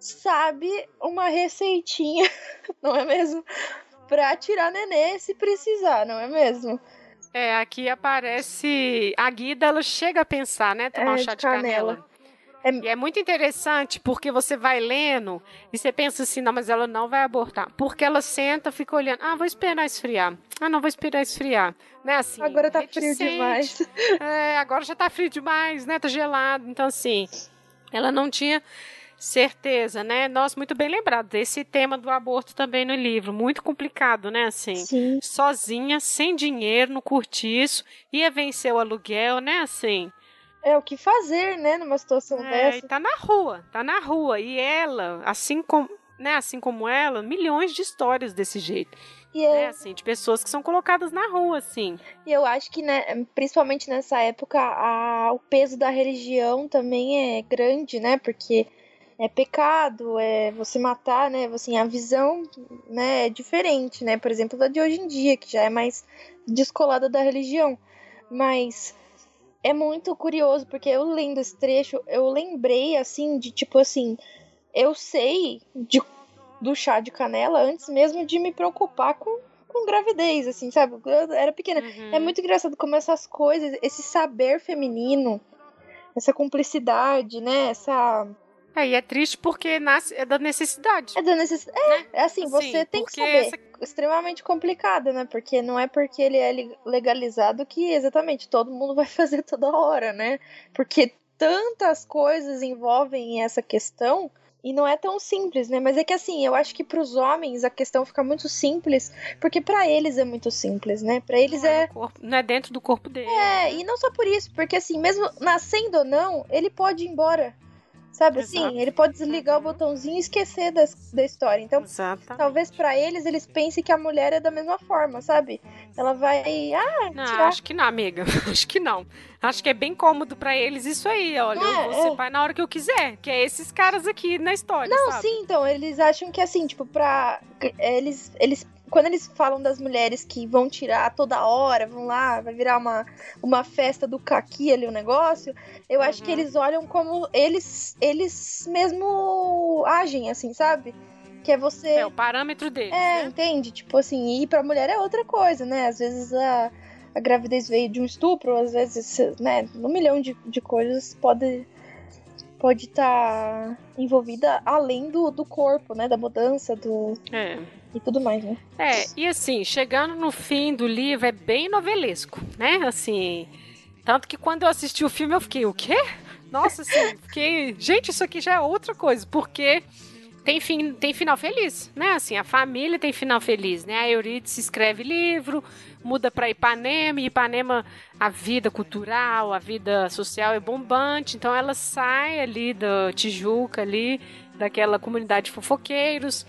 sabe uma receitinha, não é mesmo? Pra tirar nenê se precisar, não é mesmo? É, aqui aparece a Guida, ela chega a pensar, né? Tomar É, um chá de de canela. canela. É, E é muito interessante porque você vai lendo e você pensa assim, não, mas ela não vai abortar. Porque ela senta, fica olhando, ah, vou esperar esfriar. Ah, não, vou esperar esfriar. Né, assim, agora tá frio reticente. demais. É, agora já tá frio demais, né? Tá gelado. Então, assim, ela não tinha certeza, né? Nossa, muito bem lembrado desse tema do aborto também no livro. Muito complicado, né? Assim, Sim. sozinha, sem dinheiro, no cortiço, ia vencer o aluguel, né? Assim. É o que fazer, né, numa situação É, dessa. e tá na rua, tá na rua. E ela, assim como, né, assim como ela, milhões de histórias desse jeito. E, é, Né, assim, de pessoas que são colocadas na rua, assim. e eu acho que, né, principalmente nessa época, a, o peso da religião também é grande, né? Porque é pecado, é você matar, né? Assim, a visão, né, é diferente, né? Por exemplo, da de hoje em dia, que já é mais descolada da religião. Mas é muito curioso, porque eu lendo esse trecho, eu lembrei, assim, de tipo assim, eu sei de, do chá de canela antes mesmo de me preocupar com, com gravidez, assim, sabe? Eu era pequena. Uhum. É muito engraçado como essas coisas, esse saber feminino, essa cumplicidade, né? Essa... É, e é triste porque nasce, é da necessidade. É da necessidade. Né? É, é assim, Assim, você tem que porque saber. essa- Extremamente complicado, né? Porque não é porque ele é le- legalizado que exatamente todo mundo vai fazer toda hora, né? Porque tantas coisas envolvem essa questão e não é tão simples, né? Mas é que assim, eu acho que pros homens a questão fica muito simples, porque pra eles é muito simples, né? Pra eles não é, é. no corpo, não é dentro do corpo dele. É, e não só por isso, porque assim, mesmo nascendo ou não, ele pode ir embora. Sabe assim? Exato. Ele pode desligar Uhum. o botãozinho e esquecer das, da história. Então, Exatamente. talvez pra eles, eles pensem que a mulher é da mesma forma, sabe? Ela vai, ah, Não, tirar. acho que não, amiga. Acho que não. Acho que é bem cômodo pra eles isso aí. Olha, eu É, vou ser é. pai na hora que eu quiser. Que é esses caras aqui na história, Não, sabe? sim, então, eles acham que assim, tipo, pra... Eles, eles, quando eles falam das mulheres que vão tirar toda hora, vão lá, vai virar uma, uma festa do caqui ali, o negócio, eu acho Uhum. que eles olham como eles, eles mesmo agem, assim, sabe? Que é você... É o parâmetro deles, É, né? entende? Tipo assim, e pra mulher é outra coisa, né? Às vezes a, a gravidez veio de um estupro, às vezes, né? Um milhão de, de coisas pode pode estar envolvida além do, do corpo, né? Da mudança, do É. e tudo mais, né? É, e assim, chegando no fim do livro é bem novelesco, né? Assim, tanto que quando eu assisti o filme eu fiquei, o quê? Nossa, assim, fiquei, gente, isso aqui já é outra coisa, porque tem, fim, tem final feliz, né? Assim, a família tem final feliz, né? A Eurídice escreve livro, muda para Ipanema, e Ipanema, a vida cultural, a vida social é bombante, então ela sai ali da Tijuca, ali, daquela comunidade de fofoqueiros,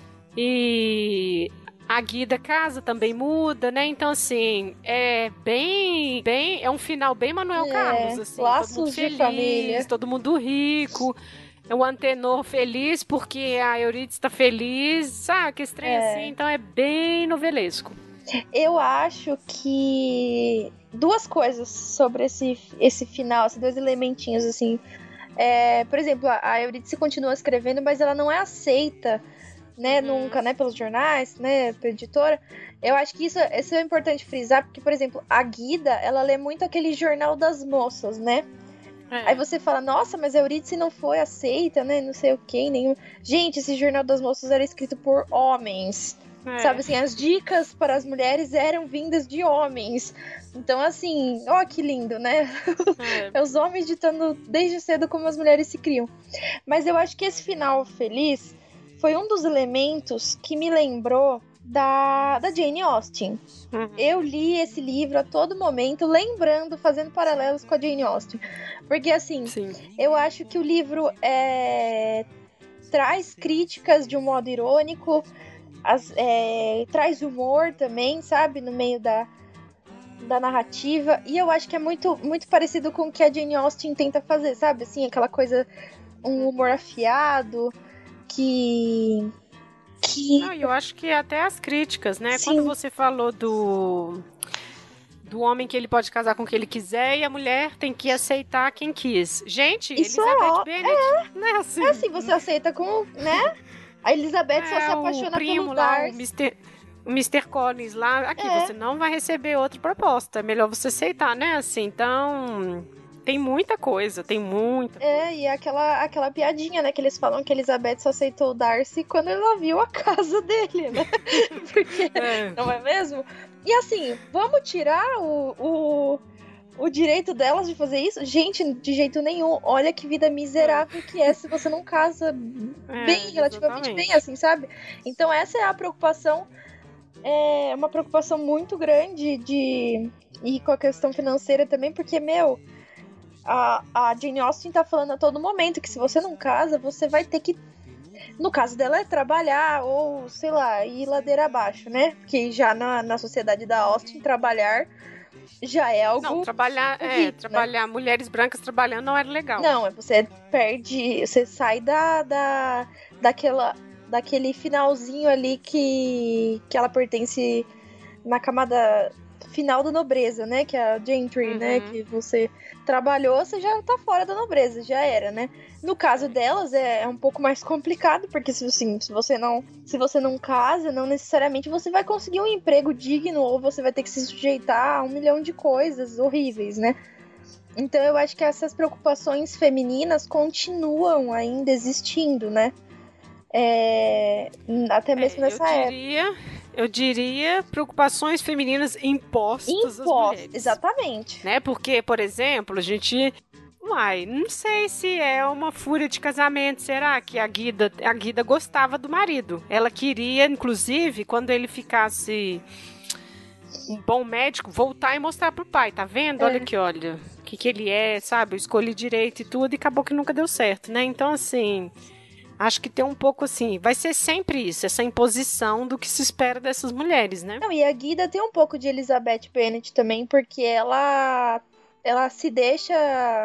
e a Guida casa também muda, né? Então, assim, é bem, bem, é um final bem Manuel É, Carlos, assim, laços todo mundo de feliz, família. todo mundo rico. É o Antenor feliz porque a Eurídice tá feliz, sabe? Que estranho É. assim, então é bem novelesco. Eu acho que duas coisas sobre esse, esse final, esses dois elementinhos, assim. É, por exemplo, a Eurídice continua escrevendo, mas ela não é aceita, né, Uhum. nunca, né, pelos jornais, né, pela editora. Eu acho que isso, isso é importante frisar, porque, por exemplo, a Guida, ela lê muito aquele Jornal das Moças, né? É. Aí você fala, nossa, mas a Eurídice não foi aceita, né, não sei o que, nenhum... Gente, esse Jornal das Moças era escrito por homens. É. Sabe assim, as dicas para as mulheres eram vindas de homens. Então, assim, ó que lindo, né? É. É os homens ditando desde cedo como as mulheres se criam. Mas eu acho que esse final feliz foi um dos elementos que me lembrou da, da Jane Austen. Uhum. Eu li esse livro a todo momento, lembrando, fazendo paralelos com a Jane Austen. Porque, assim, Sim. eu acho que o livro é, traz críticas de um modo irônico, as, é, traz humor também, sabe? No meio da, da narrativa. E eu acho que é muito, muito parecido com o que a Jane Austen tenta fazer, sabe? Assim, aquela coisa, um humor afiado, que... que... Não, eu acho que até as críticas, né? Sim. Quando você falou do do homem que ele pode casar com quem ele quiser e a mulher tem que aceitar quem quis. Gente, Isso Elizabeth é, Bennet, é, não é assim. É assim, você aceita como, né? A Elizabeth só É, se o apaixona primo pelo lá, o Darcy. mister O mister Collins lá, aqui, É. você não vai receber outra proposta. É melhor você aceitar, né? Assim, então... Tem muita coisa, tem muita coisa. É, e aquela, aquela piadinha, né? Que eles falam que a Elizabeth só aceitou o Darcy quando ela viu a casa dele, né? Porque, É. não é mesmo? E assim, vamos tirar o, o, o direito delas de fazer isso? Gente, de jeito nenhum. Olha que vida miserável que é se você não casa É, bem, relativamente exatamente. bem, assim, sabe? Então essa é a preocupação. É uma preocupação muito grande de... E com a questão financeira também, porque, meu... A, a Jane Austen tá falando a todo momento que se você não casa, você vai ter que... No caso dela é trabalhar ou, sei lá, ir ladeira abaixo, né? Porque já na, na sociedade da Austen, trabalhar já é algo... Não, trabalhar, é, horrível, né? trabalhar, mulheres brancas trabalhando não era legal. Não, você perde... Você sai da, da, daquela, daquele finalzinho ali que, que ela pertence na camada final da nobreza, né? Que é a gentry, Uhum. né? Que você trabalhou, você já tá fora da nobreza, já era, né? No caso delas é, é um pouco mais complicado, porque se, assim, se você não se você não casa, não necessariamente você vai conseguir um emprego digno, ou você vai ter que se sujeitar a um milhão de coisas horríveis, né? Então eu acho que essas preocupações femininas continuam ainda existindo, né? É, até mesmo É, nessa eu época. diria, eu diria preocupações femininas impostas às Imposto, mulheres. exatamente. Né? Porque, por exemplo, a gente... Uai, não sei se é uma fúria de casamento. Será que a Guida, a Guida gostava do marido? Ela queria, inclusive, quando ele ficasse um bom médico, voltar e mostrar pro pai. Tá vendo? É. Olha aqui, olha. O que, que ele é, sabe? Eu escolhi direito e tudo e acabou que nunca deu certo, né? Então, assim... Acho que tem um pouco assim, vai ser sempre isso, essa imposição do que se espera dessas mulheres, né? Não, e a Guida tem um pouco de Elizabeth Bennet também, porque ela ela se deixa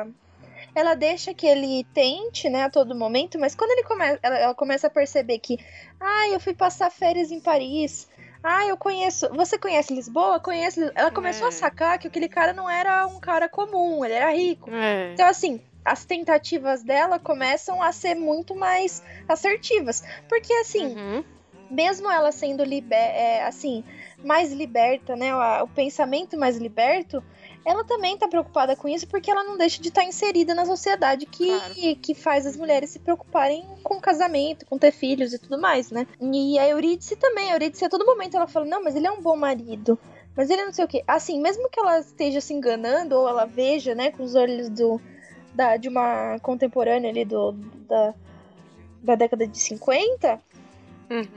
ela deixa que ele tente, né, a todo momento, mas quando ele come, ela, ela começa a perceber que, ah, eu fui passar férias em Paris, ah, eu conheço, você conhece Lisboa? Conheço, ela começou É. a sacar que aquele cara não era um cara comum, ele era rico. É. Então, assim, as tentativas dela começam a ser muito mais assertivas. Porque, assim, Uhum. mesmo ela sendo liber, é, assim, mais liberta, né? O, o pensamento mais liberto, ela também tá preocupada com isso porque ela não deixa de estar inserida na sociedade que, Claro. que faz as mulheres se preocuparem com casamento, com ter filhos e tudo mais, né? E a Eurídice também. A Eurídice, a todo momento, ela fala, não, mas ele é um bom marido. Mas ele não sei o quê. Assim, mesmo que ela esteja se enganando ou ela veja, né, com os olhos do... Da, de uma contemporânea ali do, da, da década de cinquenta, Uhum.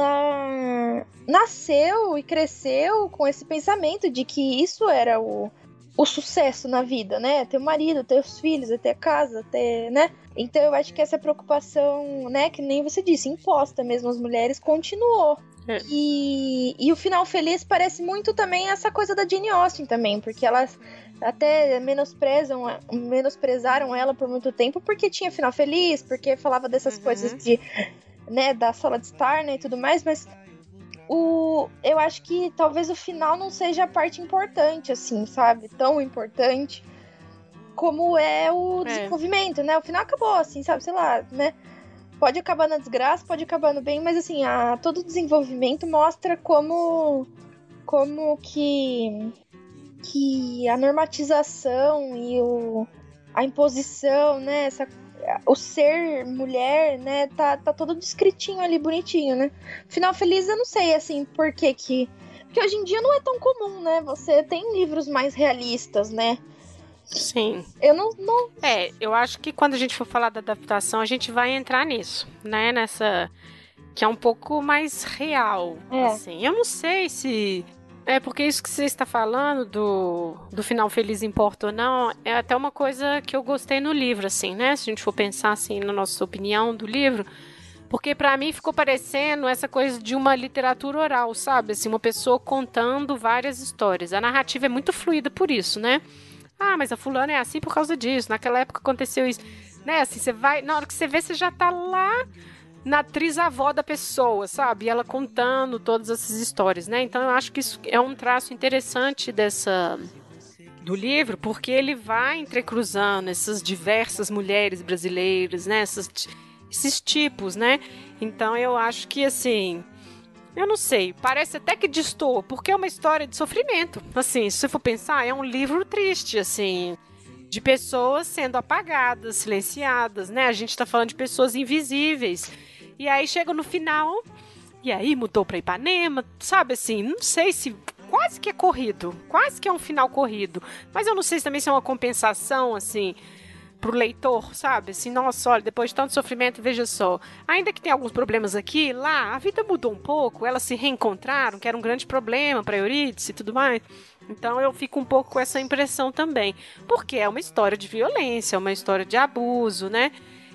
ela nasceu e cresceu com esse pensamento de que isso era o, o sucesso na vida, né? Ter um marido, ter os filhos, ter casa, ter, né? Então eu acho que essa preocupação, né, que nem você disse, imposta mesmo às mulheres, continuou. É. E, e o final feliz parece muito também essa coisa da Jane Austen também, porque elas até menosprezam, menosprezaram ela por muito tempo porque tinha final feliz, porque falava dessas Uhum. coisas de, né, da sala de estar, né, e tudo mais, mas o, eu acho que talvez o final não seja a parte importante, assim, sabe, tão importante como é o É. desenvolvimento, né, o final acabou, assim, sabe, sei lá, né, pode acabar na desgraça, pode acabar no bem, mas assim, a, todo o desenvolvimento mostra como, como que... que a normatização e o, a imposição, né, essa, o ser mulher, né, tá, tá todo descritinho ali, bonitinho, né. Final feliz, eu não sei, assim, por que que... Porque hoje em dia não é tão comum, né, você tem livros mais realistas, né. Sim. Eu não, não... É, eu acho que quando a gente for falar da adaptação, a gente vai entrar nisso, né? Nessa... que é um pouco mais real, É. assim. Eu não sei se... É porque isso que você está falando do, do final feliz importa ou não, é até uma coisa que eu gostei no livro, assim, né? Se a gente for pensar, assim, na nossa opinião do livro, porque pra mim ficou parecendo essa coisa de uma literatura oral, sabe? Assim, uma pessoa contando várias histórias. A narrativa é muito fluida por isso, né? Ah, mas a fulana é assim por causa disso. Naquela época aconteceu isso. Né? Assim, você vai... Na hora que você vê, você já tá lá na atriz-avó da pessoa, sabe? E ela contando todas essas histórias, né? Então eu acho que isso é um traço interessante dessa... do livro, porque ele vai entrecruzando essas diversas mulheres brasileiras, né? Essas, esses tipos, né? Então eu acho que, assim... Eu não sei, parece até que destoa, porque é uma história de sofrimento. Assim, se você for pensar, é um livro triste, assim, de pessoas sendo apagadas, silenciadas, né? A gente tá falando de pessoas invisíveis. E aí chega no final, e aí mudou pra Ipanema, sabe assim, não sei se... Quase que é corrido, quase que é um final corrido. Mas eu não sei se também se é uma compensação, assim... pro leitor, sabe? Assim, nossa, olha, depois de tanto sofrimento, veja só. Ainda que tenha alguns problemas aqui, lá, a vida mudou um pouco, elas se reencontraram, que era um grande problema para Eurídice e tudo mais. Então eu fico um pouco com essa impressão também. Porque é uma história de violência, é uma história de abuso, né?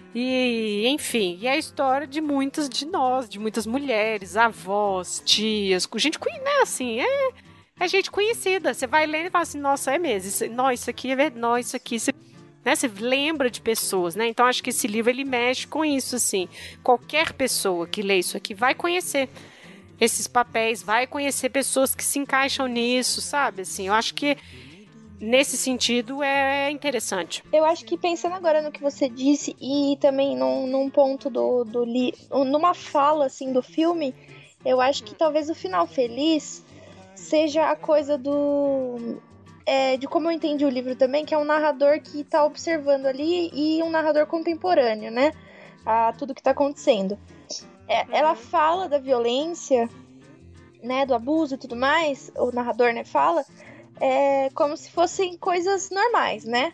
E, enfim, e é a história de muitas de nós, de muitas mulheres, avós, tias, gente, né, assim, é, é gente conhecida. Você vai lendo e fala assim, nossa, é mesmo, isso, não, isso aqui é verdade, não, isso aqui... Você... Né, você lembra de pessoas, né? Então acho que esse livro ele mexe com isso, assim. Qualquer pessoa que lê isso aqui vai conhecer esses papéis, vai conhecer pessoas que se encaixam nisso, sabe? Assim, eu acho que nesse sentido é interessante. Eu acho que pensando agora no que você disse e também num, num ponto do, do li, numa fala assim do filme, eu acho que talvez o final feliz seja a coisa do É, de como eu entendi o livro também, que é um narrador que tá observando ali e um narrador contemporâneo, né? A tudo que tá acontecendo. É, uhum. Ela fala da violência, né? Do abuso e tudo mais, o narrador, né, fala, é, como se fossem coisas normais, né?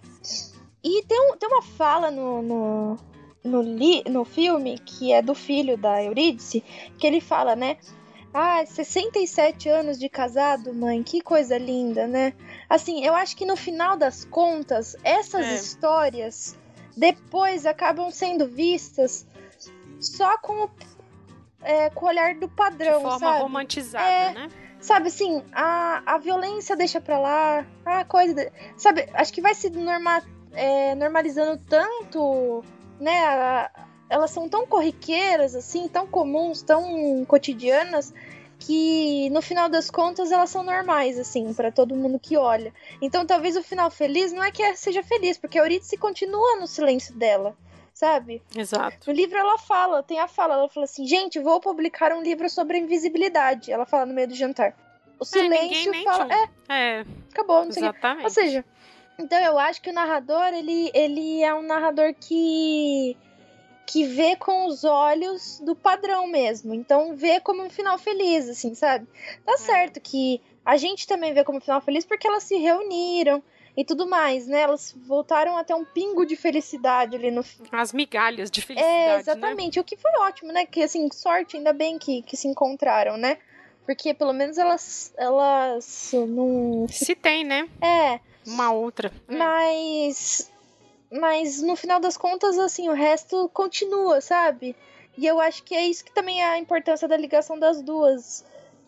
E tem, um, tem uma fala no, no, no, li, no filme, que é do filho da Eurídice, que ele fala, né? Ah, sessenta e sete anos de casado, mãe, que coisa linda, né? Assim, eu acho que no final das contas, essas é. histórias depois acabam sendo vistas só com o, é, com o olhar do padrão, de forma sabe? romantizada, é, né? Sabe assim, a, a violência deixa pra lá, a coisa... De, sabe, acho que vai se norma, é, normalizando tanto, né, a, elas são tão corriqueiras, assim, tão comuns, tão cotidianas, que no final das contas elas são normais, assim, pra todo mundo que olha. Então talvez o final feliz não é que seja feliz, porque a Eurídice continua no silêncio dela, sabe? Exato. No livro ela fala, tem a fala, ela fala assim, gente, vou publicar um livro sobre a invisibilidade. Ela fala no meio do jantar. O silêncio é, fala, tinha... é, é, acabou, não sei o que. exatamente. Ou seja, então eu acho que o narrador, ele, ele é um narrador que... que vê com os olhos do padrão mesmo. Então vê como um final feliz, assim, sabe? Tá é. certo que a gente também vê como um final feliz porque elas se reuniram e tudo mais, né? Elas voltaram a ter um pingo de felicidade ali no... As migalhas de felicidade, É, exatamente. Né? O que foi ótimo, né? Que, assim, sorte, ainda bem que, que se encontraram, né? Porque pelo menos elas... elas não... Se tem, né? É. Uma outra. Mas... Mas no final das contas, assim, o resto continua, sabe? E eu acho que é isso que também é a importância da ligação das duas.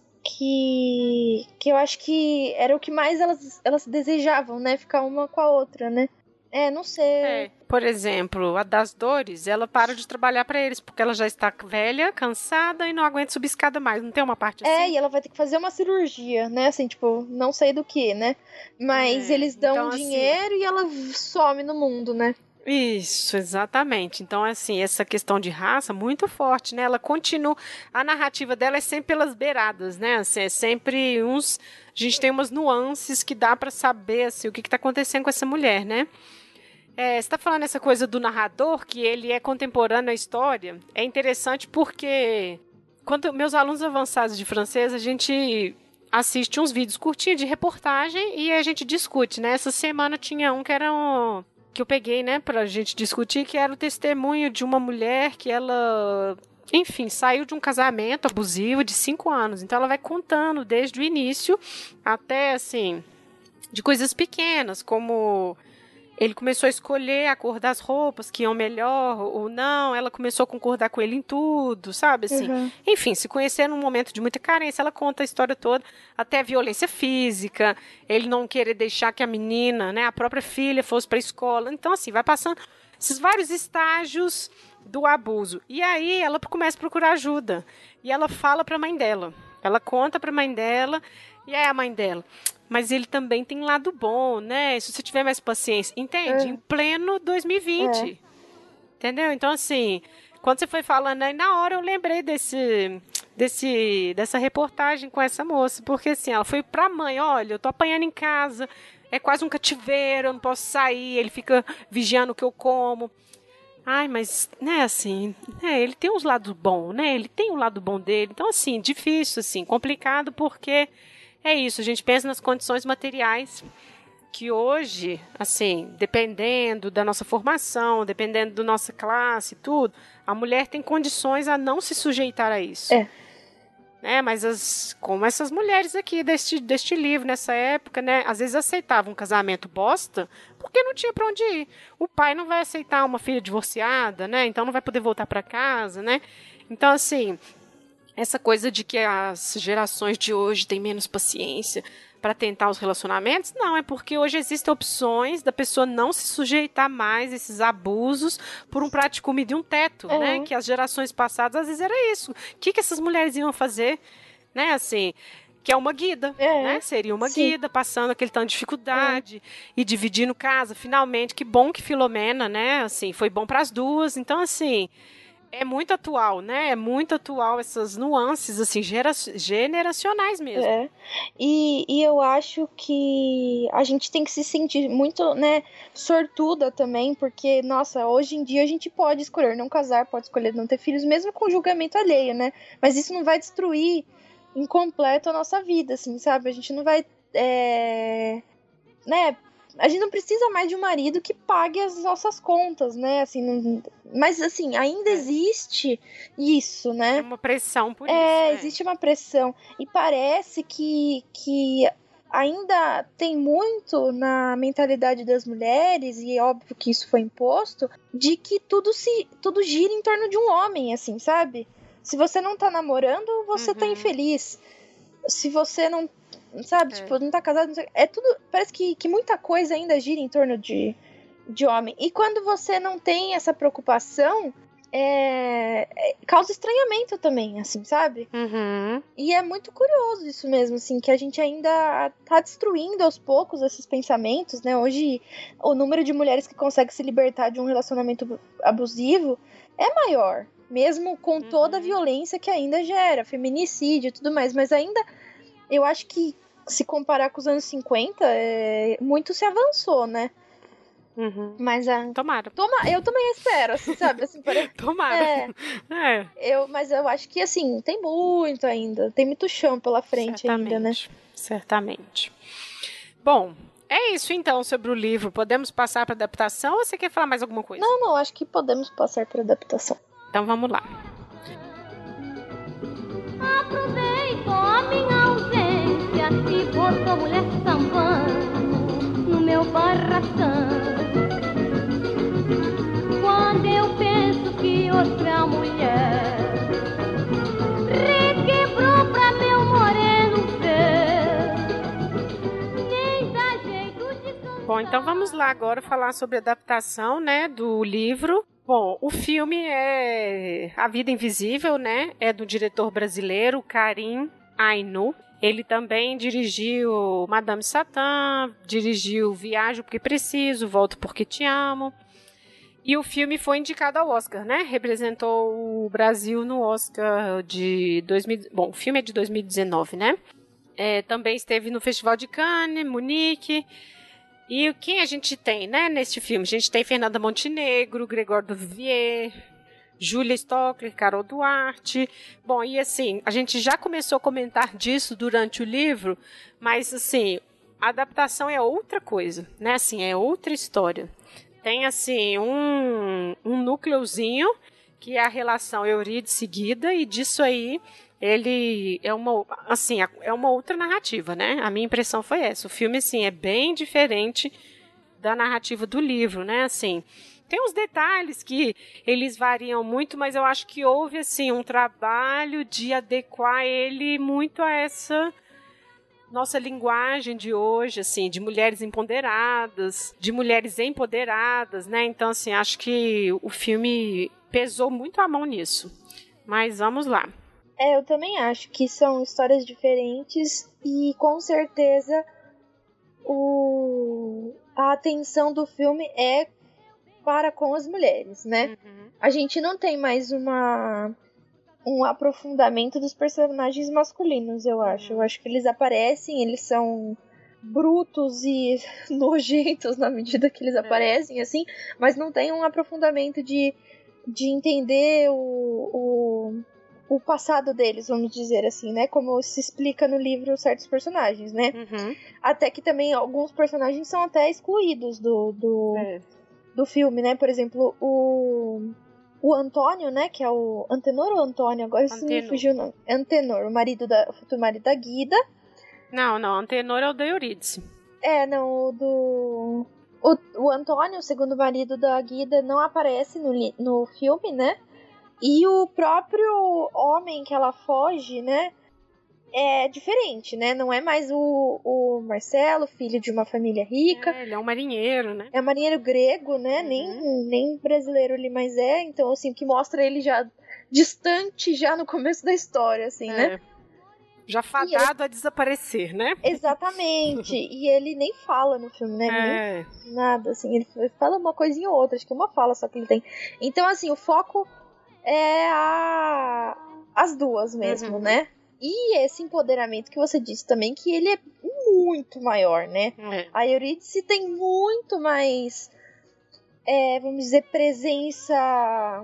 Que, que eu acho que era o que mais elas, elas desejavam, né? Ficar uma com a outra, né? É, não sei. É. Por exemplo, a das dores, ela para de trabalhar pra eles, porque ela já está velha, cansada e não aguenta subir escada mais. Não tem uma parte assim? É, e ela vai ter que fazer uma cirurgia, né? Assim, tipo, não sei do que, né? Mas é, eles dão então, dinheiro assim... e ela some no mundo, né? Isso, exatamente. Então, assim, essa questão de raça, muito forte, né? Ela continua... A narrativa dela é sempre pelas beiradas, né? Assim, é sempre uns... A gente tem umas nuances que dá pra saber, assim, o que que tá acontecendo com essa mulher, né? É, você está falando essa coisa do narrador, que ele é contemporâneo à história. É interessante porque, quando meus alunos avançados de francês, a gente assiste uns vídeos curtinhos de reportagem e a gente discute, né? Essa semana tinha um que era um, que eu peguei, né, pra gente discutir, que era o testemunho de uma mulher que ela enfim, saiu de um casamento abusivo de cinco anos. Então ela vai contando desde o início até, assim, de coisas pequenas, como ele começou a escolher a cor das roupas que iam melhor ou não, ela começou a concordar com ele em tudo, sabe, assim. Uhum. Enfim, se conhecer num momento de muita carência, ela conta a história toda, até a violência física, ele não querer deixar que a menina, né, a própria filha fosse para a escola. Então, assim, vai passando esses vários estágios do abuso. E aí ela começa a procurar ajuda. E ela fala para a mãe dela. Ela conta para a mãe dela, e aí a mãe dela... Mas ele também tem lado bom, né? Se você tiver mais paciência. Entende? É. Em pleno dois mil e vinte. É. Entendeu? Então, assim, quando você foi falando aí, na hora eu lembrei desse, desse, dessa reportagem com essa moça. Porque, assim, ela foi pra mãe, olha, eu tô apanhando em casa, é quase um cativeiro, eu não posso sair, ele fica vigiando o que eu como. Ai, mas, né, assim, né, ele tem uns lados bons, né? Ele tem um lado bom dele. Então, assim, difícil, assim, complicado, porque... É isso, a gente pensa nas condições materiais que hoje, assim, dependendo da nossa formação, dependendo da nossa classe e tudo, a mulher tem condições a não se sujeitar a isso. É. Né? Mas as, como essas mulheres aqui deste, deste livro, nessa época, né, às vezes aceitavam um casamento bosta porque não tinha para onde ir. O pai não vai aceitar uma filha divorciada, né? Então não vai poder voltar para casa, né? Então, assim... Essa coisa de que as gerações de hoje têm menos paciência para tentar os relacionamentos, não, é porque hoje existem opções da pessoa não se sujeitar mais a esses abusos por um prato de comida e um teto, uhum. né? Que as gerações passadas, às vezes, era isso. O que, que essas mulheres iam fazer, né? Assim, que é uma guida, é, né? Seria uma sim. guida, passando aquele tanto de dificuldade é. e dividindo casa, finalmente. Que bom que Filomena, né? Assim, foi bom para as duas. Então, assim... É muito atual, né? É muito atual essas nuances, assim, gera- generacionais mesmo. É. E, e eu acho que a gente tem que se sentir muito, né, sortuda também, porque, nossa, hoje em dia a gente pode escolher não casar, pode escolher não ter filhos, mesmo com julgamento alheio, né? Mas isso não vai destruir incompleto a nossa vida, assim, sabe? A gente não vai, é... né... A gente não precisa mais de um marido que pague as nossas contas, né? Assim, não... Mas, assim, ainda existe isso, né? É uma pressão por é, isso. É, existe uma pressão. E parece que, que ainda tem muito na mentalidade das mulheres, e é óbvio que isso foi imposto, de que tudo, se, tudo gira em torno de um homem, assim, sabe? Se você não tá namorando, você uhum. tá infeliz. Se você não... Sabe, é. tipo, não tá casado, não sei, é tudo, parece que, que muita coisa ainda gira em torno de, de homem, e quando você não tem essa preocupação, é, é, causa estranhamento também, assim, sabe? Uhum. E é muito curioso isso mesmo, assim, que a gente ainda tá destruindo aos poucos esses pensamentos, né? Hoje, o número de mulheres que conseguem se libertar de um relacionamento abusivo é maior, mesmo com uhum. toda a violência que ainda gera, feminicídio e tudo mais, mas ainda... Eu acho que, se comparar com os anos cinquenta, é... muito se avançou, né? Uhum. Mas a... Tomara. Toma... Eu também espero, assim, sabe? Assim, para... Tomara. É. É. Eu... Mas eu acho que, assim, tem muito ainda. Tem muito chão pela frente Certamente. ainda, né? Certamente. Bom, é isso então sobre o livro. Podemos passar para adaptação ou você quer falar mais alguma coisa? Não, não. Acho que podemos passar para adaptação. Então vamos lá. Aproveito a minha ausência e botou mulher sambando no meu barração. Quando eu penso que outra mulher requebrou pra meu moreno ver, nem dá jeito de cantar. Bom, então vamos lá agora falar sobre a adaptação, né, do livro. Bom, o filme é A Vida Invisível, né? É do diretor brasileiro Karim Ainu. Ele também dirigiu Madame Satã, dirigiu Viajo Porque Preciso, Volto Porque Te Amo. E o filme foi indicado ao Oscar, né? Representou o Brasil no Oscar de dois mil... Bom, o filme é de dois mil e dezenove, né? É, também esteve no Festival de Cannes, Munique... E quem a gente tem, né, neste filme? A gente tem Fernanda Montenegro, Gregório Duvivier, Júlia Stockler, Carol Duarte. Bom, e assim, a gente já começou a comentar disso durante o livro, mas assim, a adaptação é outra coisa, né? Assim, é outra história. Tem assim, um, um núcleozinho que é a relação Eurídice-Guida, e disso aí ele é uma, assim, é uma outra narrativa, né? A minha impressão foi essa. O filme, assim, é bem diferente da narrativa do livro, né? Assim, tem uns detalhes que eles variam muito, mas eu acho que houve, assim, um trabalho de adequar ele muito a essa nossa linguagem de hoje, assim, de mulheres empoderadas, de mulheres empoderadas, né? Então, assim, acho que o filme pesou muito a mão nisso. Mas vamos lá. É, eu também acho que são histórias diferentes e, com certeza, o... a atenção do filme é para com as mulheres, né? Uhum. A gente não tem mais uma... um aprofundamento dos personagens masculinos, eu acho. Eu acho que eles aparecem, eles são brutos e nojentos na medida que eles aparecem, assim, mas não tem um aprofundamento de, de entender o, o, o passado deles, vamos dizer assim, né? Como se explica no livro certos personagens, né? Uhum. Até que também alguns personagens são até excluídos do, do, é. do filme, né? Por exemplo, o... O Antônio, né, que é o Antenor ou Antônio? Agora isso me fugiu o nome. Antenor, o marido da, o futuro marido da Guida. Não, não, Antenor é o da Eurídice. É, não, o do... O, o Antônio, o segundo marido da Guida, não aparece no, no filme, né? E o próprio homem que ela foge, né, é diferente, né? Não é mais o, o Marcelo, filho de uma família rica. É, ele é um marinheiro, né? É um marinheiro grego, né? Uhum. Nem, nem brasileiro ele mais é. Então, assim, que mostra ele já distante, já no começo da história, assim, é. né? Já fadado ele... a desaparecer, né? Exatamente. E ele nem fala no filme, né? É. Nem nada, assim. Ele fala uma coisinha ou outra. Acho que uma fala só que ele tem. Então, assim, o foco é a... as duas mesmo, uhum. né? E esse empoderamento que você disse também, que ele é muito maior, né? É. A Eurídice tem muito mais, é, vamos dizer, presença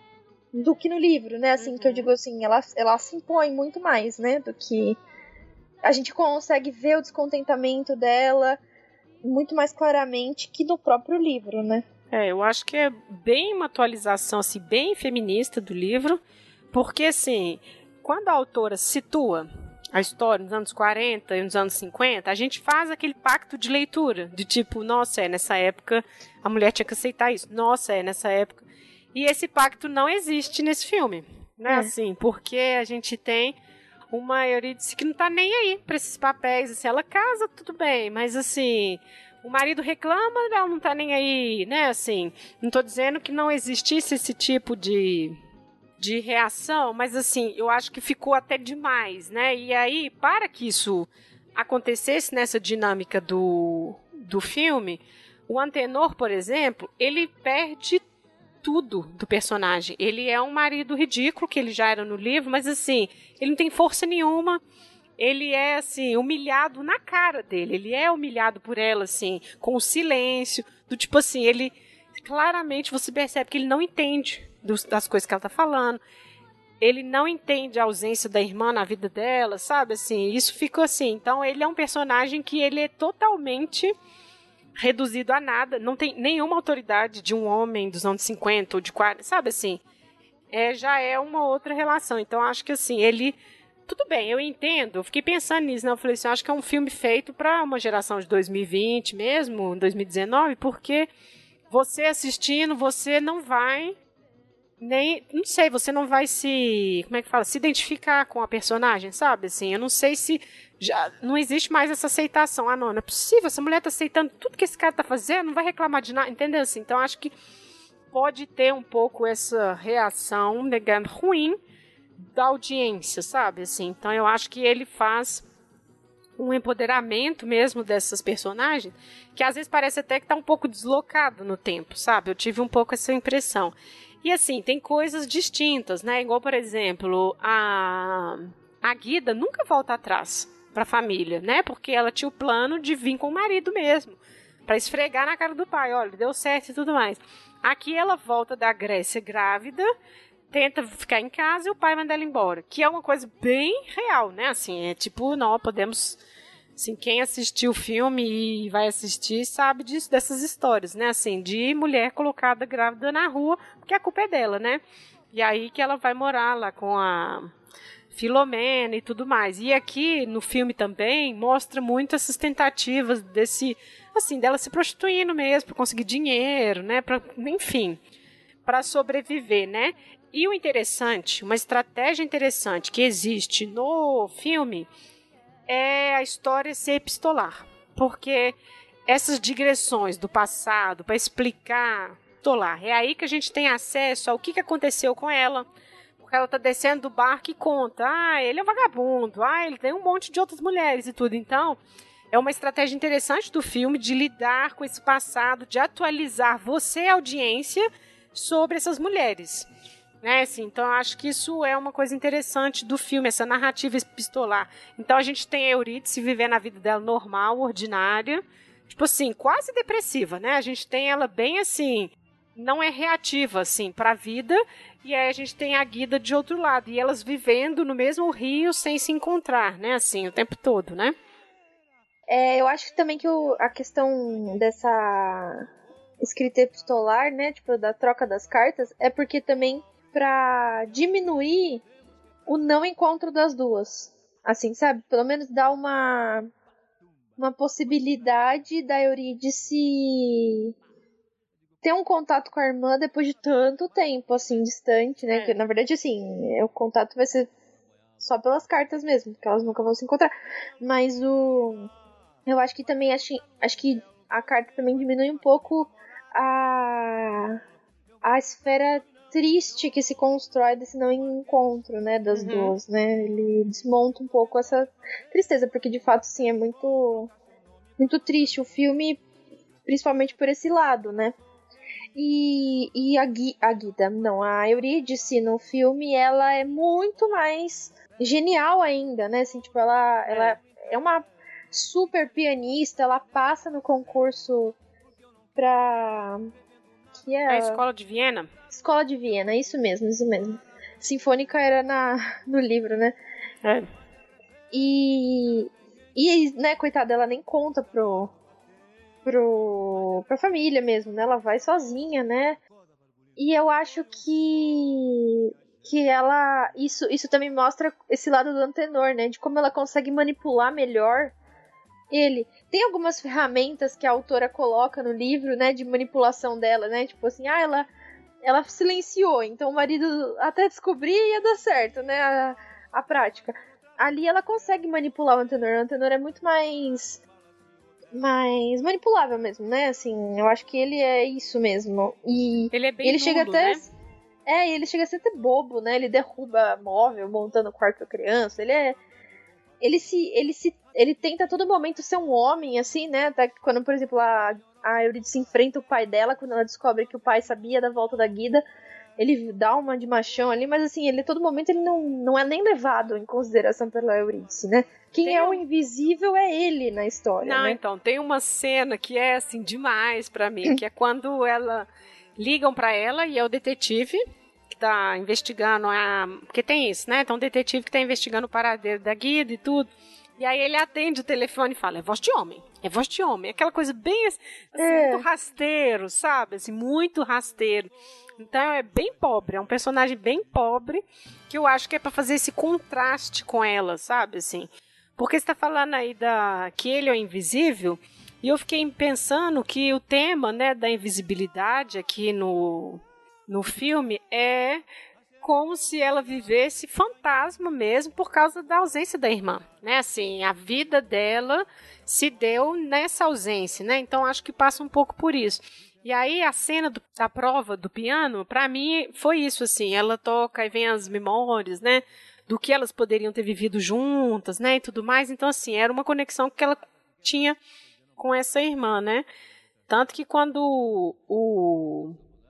do que no livro, né? Assim, uhum. que eu digo assim, ela, ela se impõe muito mais, né? Do que... A gente consegue ver o descontentamento dela muito mais claramente que no próprio livro, né? É, eu acho que é bem uma atualização, assim, bem feminista do livro, porque, assim... Quando a autora situa a história nos anos quarenta e nos anos cinquenta, a gente faz aquele pacto de leitura, de tipo, nossa, é, nessa época a mulher tinha que aceitar isso, nossa, é, nessa época... E esse pacto não existe nesse filme, né, é. assim, porque a gente tem uma Eurídice que não tá nem aí pra esses papéis, assim, ela casa, tudo bem, mas assim... O marido reclama, ela não tá nem aí, né, assim... Não tô dizendo que não existisse esse tipo de... de reação, mas assim, eu acho que ficou até demais, né? E aí, para que isso acontecesse nessa dinâmica do, do filme, o Antenor, por exemplo, ele perde tudo do personagem. Ele é um marido ridículo, que ele já era no livro, mas assim, ele não tem força nenhuma, ele é, assim, humilhado na cara dele, ele é humilhado por ela, assim, com o silêncio, do tipo assim, ele, claramente, você percebe que ele não entende das coisas que ela tá falando, ele não entende a ausência da irmã na vida dela, sabe, assim, isso ficou assim, então ele é um personagem que ele é totalmente reduzido a nada, não tem nenhuma autoridade de um homem dos anos cinquenta ou de quarenta, sabe, assim, é, já é uma outra relação, então acho que assim, ele, tudo bem, eu entendo, eu fiquei pensando nisso, né, eu falei assim, eu acho que é um filme feito para uma geração de dois mil e vinte mesmo, dois mil e dezenove, porque você assistindo, você não vai nem, não sei, você não vai se, como é que fala, se identificar com a personagem, sabe, assim, eu não sei se já, não existe mais essa aceitação, ah não, não é possível, essa mulher tá aceitando tudo que esse cara tá fazendo, não vai reclamar de nada, entendeu, assim, então acho que pode ter um pouco essa reação, negando, ruim da audiência, sabe, assim, então eu acho que ele faz um empoderamento mesmo dessas personagens, que às vezes parece até que tá um pouco deslocado no tempo, sabe, eu tive um pouco essa impressão. E assim, tem coisas distintas, né? Igual, por exemplo, a, a Guida nunca volta atrás para a família, né? Porque ela tinha o plano de vir com o marido mesmo, para esfregar na cara do pai, olha, deu certo e tudo mais. Aqui ela volta da Grécia grávida, tenta ficar em casa e o pai manda ela embora, que é uma coisa bem real, né? Assim, é tipo, não, podemos... Assim, quem assistiu o filme e vai assistir sabe disso, dessas histórias, né? Assim, de mulher colocada grávida na rua, porque a culpa é dela, né? E aí que ela vai morar lá com a Filomena e tudo mais. E aqui no filme também mostra muito essas tentativas desse, assim, dela se prostituindo mesmo para conseguir dinheiro, né, para, enfim, para sobreviver, né? E o interessante, uma estratégia interessante que existe no filme é a história ser epistolar, porque essas digressões do passado para explicar epistolar, é aí que a gente tem acesso ao que, que aconteceu com ela. Porque ela tá descendo do barco e conta, ah, ele é um vagabundo, ah, ele tem um monte de outras mulheres e tudo. Então, é uma estratégia interessante do filme de lidar com esse passado, de atualizar você, audiência, sobre essas mulheres. Né? Assim, então, eu acho que isso é uma coisa interessante do filme, essa narrativa epistolar. Então, a gente tem a Eurídice vivendo a vida dela normal, ordinária, tipo assim, quase depressiva, né? A gente tem ela bem assim, não é reativa, assim, para a vida. E aí a gente tem a Guida de outro lado. E elas vivendo no mesmo rio sem se encontrar, né? Assim, o tempo todo, né? É, eu acho também que o, a questão dessa escrita epistolar, né? Tipo, da troca das cartas, é porque também pra diminuir o não encontro das duas. Assim, sabe? Pelo menos dá uma, uma possibilidade da Eurídice ter um contato com a irmã depois de tanto tempo, assim, distante, né? É. Que, na verdade, assim, o contato vai ser só pelas cartas mesmo, porque elas nunca vão se encontrar. Mas o... Eu acho que também, acho, acho que a carta também diminui um pouco a... a esfera triste que se constrói desse não encontro, né, das Uhum. duas, né? Ele desmonta um pouco essa tristeza, porque, de fato, sim, é muito... muito triste o filme, principalmente por esse lado, né? E, e a, Gui, a Guida, não, a Eurídice no filme, ela é muito mais genial ainda, né? Assim, tipo, ela, é. ela é uma super pianista, ela passa no concurso pra... que é a Escola de Viena? Escola de Viena, isso mesmo, isso mesmo. Sinfônica era na, no livro, né? É. E, e, né, coitada, ela nem conta pro... Pro, pra família mesmo, né? Ela vai sozinha, né? E eu acho que que ela isso, isso também mostra esse lado do Antenor, né? De como ela consegue manipular melhor ele. Tem algumas ferramentas que a autora coloca no livro, né? De manipulação dela, né? Tipo assim, ah, ela, ela silenciou, então o marido até descobrir ia dar certo, né? A, a prática. Ali ela consegue manipular o Antenor. O Antenor é muito mais... mais manipulável mesmo, né? Assim, eu acho que ele é isso mesmo. E ele é bem ele nulo, chega até né? É, ele chega a ser até bobo, né? Ele derruba móvel montando o quarto da criança. Ele é ele se ele se ele tenta a todo momento ser um homem, assim, né? Até quando, por exemplo, a a Eurídice enfrenta o pai dela, quando ela descobre que o pai sabia da volta da Guida, ele dá uma de machão ali, mas assim, ele a todo momento ele não, não é nem levado em consideração pela Eurídice, né? Quem tem é um... o invisível é ele na história, Não, né? então, tem uma cena que é, assim, demais pra mim, que é quando ela... ligam pra ela e é o detetive que tá investigando a... Porque tem isso, né? Então, o detetive que tá investigando o paradeiro da Guida e tudo. E aí ele atende o telefone e fala, é voz de homem, é voz de homem. Aquela coisa bem, assim, é. muito rasteiro, sabe? Assim, muito rasteiro. Então é bem pobre, é um personagem bem pobre, que eu acho que é pra fazer esse contraste com ela, sabe, assim. Porque você tá falando aí da, que ele é invisível, e eu fiquei pensando que o tema, né, da invisibilidade aqui no, no filme é como se ela vivesse fantasma mesmo por causa da ausência da irmã, né, assim, a vida dela se deu nessa ausência, né, então acho que passa um pouco por isso. E aí a cena do, da prova do piano, pra mim, foi isso, assim, ela toca e vem as memórias, né, do que elas poderiam ter vivido juntas, né, e tudo mais. Então, assim, era uma conexão que ela tinha com essa irmã, né. Tanto que quando o,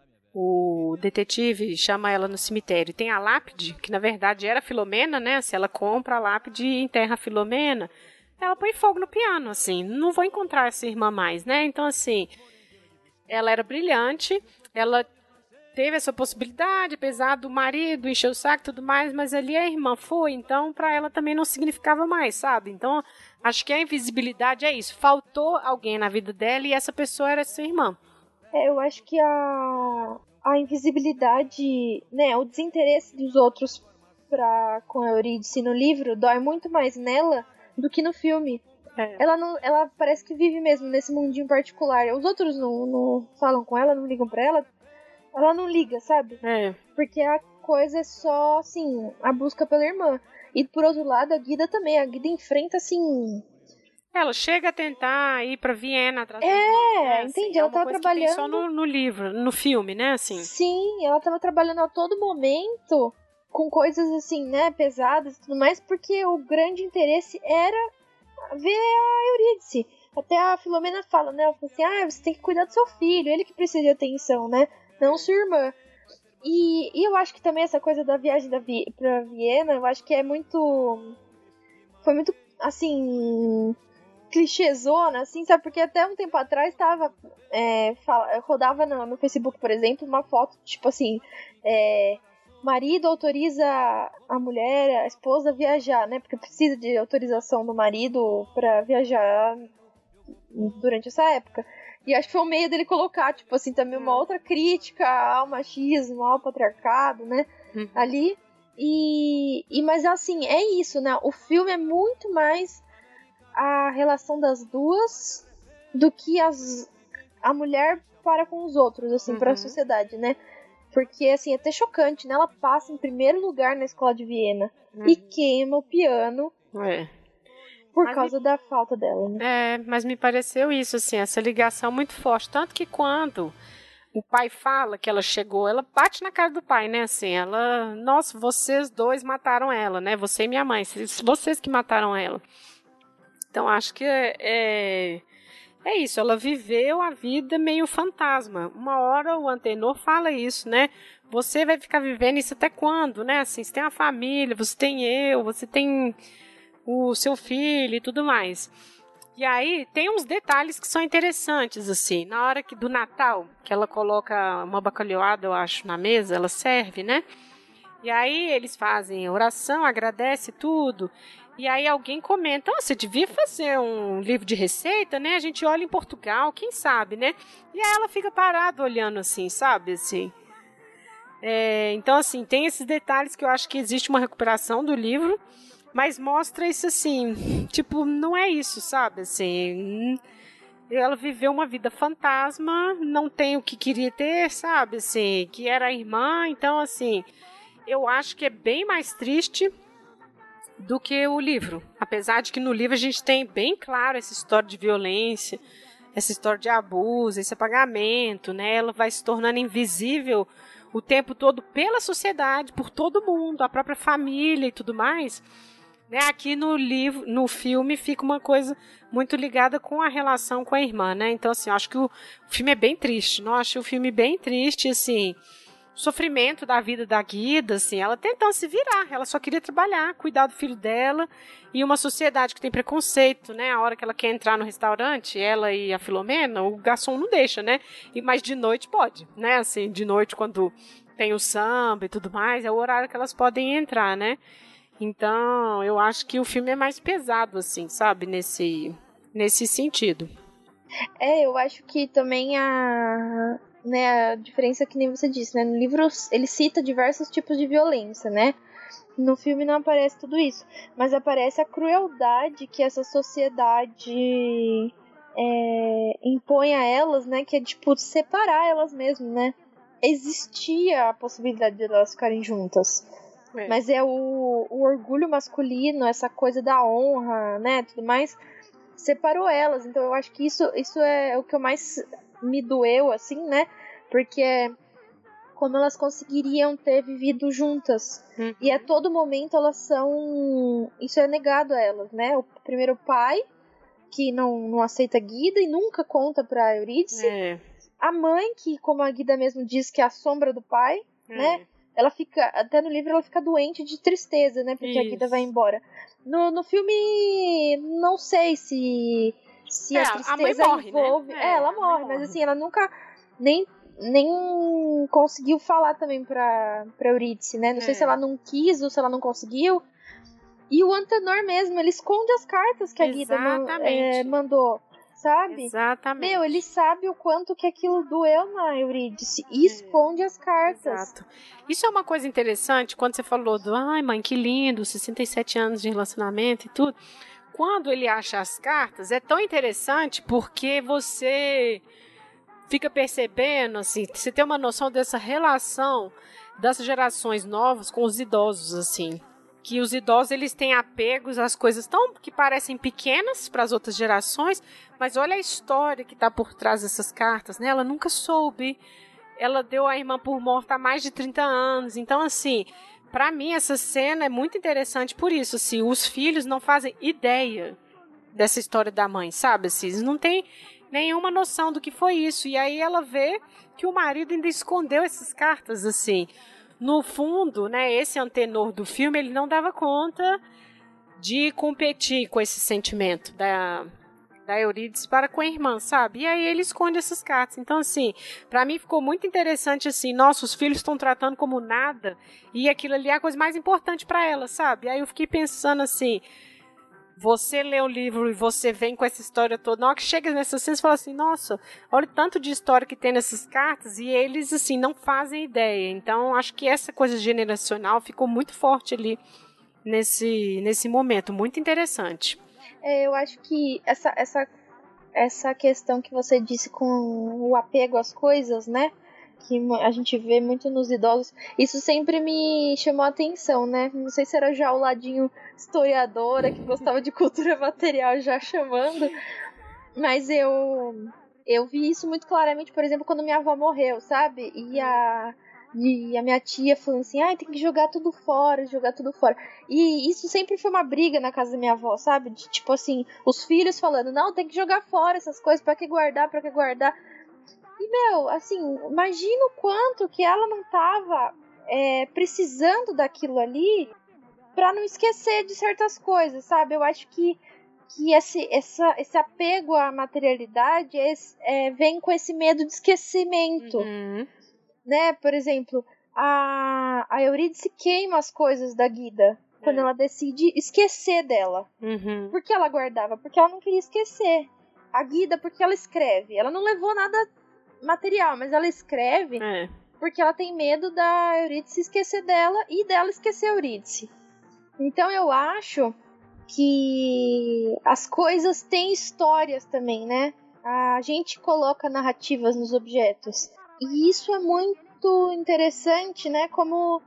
o detetive chama ela no cemitério, tem a lápide, que na verdade era a Filomena, né, se ela compra a lápide e enterra a Filomena, ela põe fogo no piano, assim, não vou encontrar essa irmã mais, né. Então, assim... ela era brilhante, ela teve essa possibilidade, apesar do marido encher o saco e tudo mais, mas ali a irmã foi, então para ela também não significava mais, sabe? Então, acho que a invisibilidade é isso, faltou alguém na vida dela e essa pessoa era sua irmã. É, eu acho que a, a invisibilidade, né, o desinteresse dos outros pra, com a Eurídice no livro dói muito mais nela do que no filme. É. Ela não, ela parece que vive mesmo nesse mundinho particular. Os outros não, não falam com ela, não ligam pra ela. Ela não liga, sabe? É. Porque a coisa é só, assim, a busca pela irmã. E por outro lado, a Guida também. A Guida enfrenta, assim... Ela chega a tentar ir pra Viena atrás da É, irmã, né? entendi, Assim, é ela uma tava coisa que tem trabalhando- só no, no livro, no filme, né? Assim. Sim, ela tava trabalhando a todo momento com coisas, assim, né, pesadas e tudo mais, porque o grande interesse era ver a Eurídice. Até a Filomena fala, né? Ela fala assim, ah, você tem que cuidar do seu filho, ele que precisa de atenção, né? Não sua irmã. E, e eu acho que também essa coisa da viagem da Vi- pra Viena, eu acho que é muito... Foi muito, assim... clichêzona, assim, sabe? Porque até um tempo atrás tava... É, fala, rodava no, no Facebook, por exemplo, uma foto, tipo assim... É, marido autoriza a mulher, a esposa, a viajar, né? Porque precisa de autorização do marido pra viajar durante essa época. E acho que foi o meio dele colocar, tipo assim, também uma outra crítica ao machismo, ao patriarcado, né? Uhum. Ali. E, e, mas assim, é isso, né? O filme é muito mais a relação das duas do que as, a mulher para com os outros, assim, Uhum. para a sociedade, né? Porque, assim, é até chocante, né? Ela passa em primeiro lugar na escola de Viena Uhum. e queima o piano É. por Mas causa da falta dela, né? É, mas me pareceu isso, assim, essa ligação muito forte. Tanto que quando o pai fala que ela chegou, ela bate na cara do pai, né? Assim, ela, nossa, vocês dois mataram ela, né? Você e minha mãe, vocês que mataram ela. Então, acho que é, é, é isso, ela viveu a vida meio fantasma. Uma hora o Antenor fala isso, né? Você vai ficar vivendo isso até quando, né? Assim, você tem uma família, você tem eu, você tem o seu filho e tudo mais. E aí tem uns detalhes que são interessantes, assim, na hora que do Natal, que ela coloca uma bacalhoada, eu acho, na mesa, ela serve, né? E aí eles fazem oração, agradece tudo. E aí alguém comenta, oh, você devia fazer um livro de receita, né? A gente olha em Portugal, quem sabe, né? E aí ela fica parada olhando assim, sabe, assim. É, então, assim, tem esses detalhes que eu acho que existe uma recuperação do livro, mas mostra isso assim, tipo, não é isso, sabe, assim, ela viveu uma vida fantasma, não tem o que queria ter, sabe, assim, que era a irmã, então, assim, eu acho que é bem mais triste do que o livro, apesar de que no livro a gente tem bem claro essa história de violência, essa história de abuso, esse apagamento, né, ela vai se tornando invisível o tempo todo pela sociedade, por todo mundo, a própria família e tudo mais. Né, aqui no livro, no filme, fica uma coisa muito ligada com a relação com a irmã, né? Então, assim, eu acho que o, o filme é bem triste. Não, eu acho o filme bem triste, assim, o sofrimento da vida da Guida, assim, ela tentando se virar, ela só queria trabalhar, cuidar do filho dela, e uma sociedade que tem preconceito, né? A hora que ela quer entrar no restaurante, ela e a Filomena, o garçom não deixa, né? E mas de noite pode, né? Assim, de noite quando tem o samba e tudo mais, é o horário que elas podem entrar, né? Então, eu acho que o filme é mais pesado, assim, sabe? Nesse, nesse sentido. É, eu acho que também a, né, a diferença que nem você disse, né? No livro ele cita diversos tipos de violência, né? No filme não aparece tudo isso, mas aparece a crueldade que essa sociedade é, impõe a elas, né? Que é, tipo, separar elas mesmas, né? Existia a possibilidade de elas ficarem juntas. É. Mas é o, o orgulho masculino, essa coisa da honra, né, tudo mais, separou elas. Então eu acho que isso, isso é o que mais me doeu, assim, né, porque como elas conseguiriam ter vivido juntas. Uhum. E a todo momento elas são... Isso é negado a elas, né? O primeiro pai, que não, não aceita a Guida e nunca conta pra Eurídice. É. A mãe, que como a Guida mesmo diz, que é a sombra do pai, é. né? Ela fica, até no livro ela fica doente de tristeza, né? Porque Isso. a Guida vai embora. No, no filme, não sei se, se é, a tristeza a morre, envolve... Né? É, é, ela morre, morre, mas assim, ela nunca nem, nem conseguiu falar também pra, pra Eurídice, né? Não é. sei se ela não quis ou se ela não conseguiu. E o Antenor mesmo, ele esconde as cartas que a Guida man, é, mandou. sabe? Exatamente. Meu, ele sabe o quanto que aquilo doeu na Eurídice e esconde as cartas. Exato. Isso é uma coisa interessante, quando você falou do, ai mãe, que lindo, sessenta e sete anos de relacionamento e tudo. Quando ele acha as cartas, é tão interessante porque você fica percebendo, assim, você tem uma noção dessa relação das gerações novas com os idosos, assim. Que os idosos, eles têm apegos às coisas tão que parecem pequenas para as outras gerações, mas olha a história que está por trás dessas cartas, né? Ela nunca soube, ela deu a irmã por morta há mais de trinta anos, então, assim, para mim essa cena é muito interessante por isso, assim, os filhos não fazem ideia dessa história da mãe, sabe? Assim, eles não têm nenhuma noção do que foi isso, e aí ela vê que o marido ainda escondeu essas cartas, assim. No fundo, né, esse Antenor do filme, ele não dava conta de competir com esse sentimento da, da Eurídice para com a irmã, sabe? E aí ele esconde essas cartas. Então, assim, para mim ficou muito interessante, assim, nossa, os filhos estão tratando como nada e aquilo ali é a coisa mais importante para ela, sabe? Aí eu fiquei pensando assim, você lê o livro e você vem com essa história toda, na hora que chega nessa cena, você fala assim, nossa, olha o tanto de história que tem nessas cartas, e eles, assim, não fazem ideia. Então, acho que essa coisa generacional ficou muito forte ali nesse, nesse momento, muito interessante. É, eu acho que essa, essa, essa questão que você disse com o apego às coisas, né, que a gente vê muito nos idosos, isso sempre me chamou a atenção, né? Não sei se era já o ladinho historiadora que gostava de cultura material já chamando, mas eu eu vi isso muito claramente, por exemplo, quando minha avó morreu, sabe? E a, e a minha tia falando assim, ai, tem que jogar tudo fora, jogar tudo fora. E isso sempre foi uma briga na casa da minha avó, sabe? De, tipo assim, os filhos falando, não, tem que jogar fora essas coisas, pra que guardar, pra que guardar. E, meu, assim, imagina o quanto que ela não tava é, precisando daquilo ali pra não esquecer de certas coisas, sabe? Eu acho que, que esse, essa, esse apego à materialidade é, é, vem com esse medo de esquecimento, Uhum. né? Por exemplo, a, a Eurídice queima as coisas da Guida quando É. ela decide esquecer dela. Uhum. Por que ela guardava? Porque ela não queria esquecer. A Guida, porque ela escreve. Ela não levou nada material, mas ela escreve É. porque ela tem medo da Eurídice esquecer dela e dela esquecer a Eurídice. Então eu acho que as coisas têm histórias também, né? A gente coloca narrativas nos objetos. E isso é muito interessante, né? Como,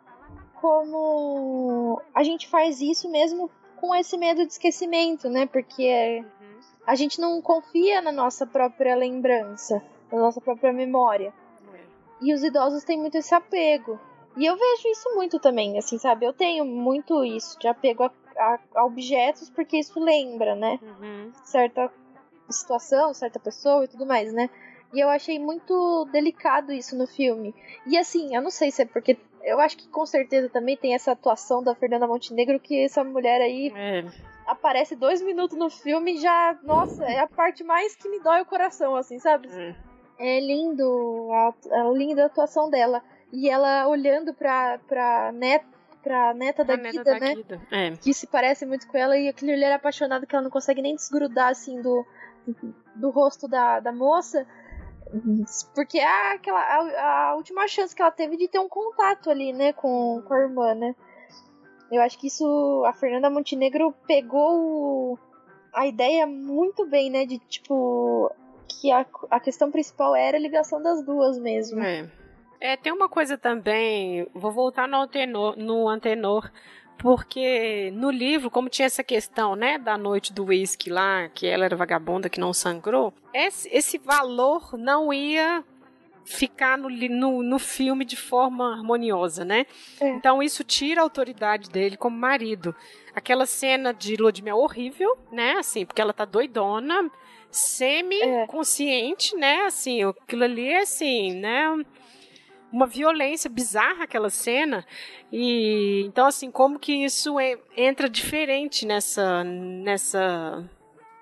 como a gente faz isso mesmo com esse medo de esquecimento, né? Porque a gente não confia na nossa própria lembrança, na nossa própria memória. E os idosos têm muito esse apego. E eu vejo isso muito também, assim, sabe? Eu tenho muito isso, de apego a, a, a objetos, porque isso lembra, né? Uhum. Certa situação, certa pessoa e tudo mais, né? E eu achei muito delicado isso no filme. E assim, eu não sei se é porque... Eu acho que com certeza também tem essa atuação da Fernanda Montenegro, que essa mulher aí... É. aparece dois minutos no filme e já, nossa, é a parte mais que me dói o coração, assim, sabe? É. É lindo, a, a linda atuação dela. E ela olhando pra, pra, net, pra neta da A neta Guida, da né? Guida. É. Que se parece muito com ela, e aquele olhar apaixonado que ela não consegue nem desgrudar, assim, do, do rosto da, da moça. Porque é aquela, a, a última chance que ela teve de ter um contato ali, né, com, com a irmã, né? Eu acho que isso, a Fernanda Montenegro pegou o, a ideia muito bem, né? De, tipo, que a, a questão principal era a ligação das duas mesmo. É. É, tem uma coisa também, vou voltar no Antenor, no Antenor, porque no livro, como tinha essa questão, né, da noite do uísque lá, que ela era vagabunda, que não sangrou, esse, esse valor não ia ficar no, no, no filme de forma harmoniosa, né? É. Então isso tira a autoridade dele como marido. Aquela cena de lua de mel horrível, né? Assim, porque ela tá doidona, semi-consciente, né? Assim, aquilo ali é assim, né? Uma violência bizarra aquela cena. E então, assim, como que isso é, entra diferente nessa, nessa,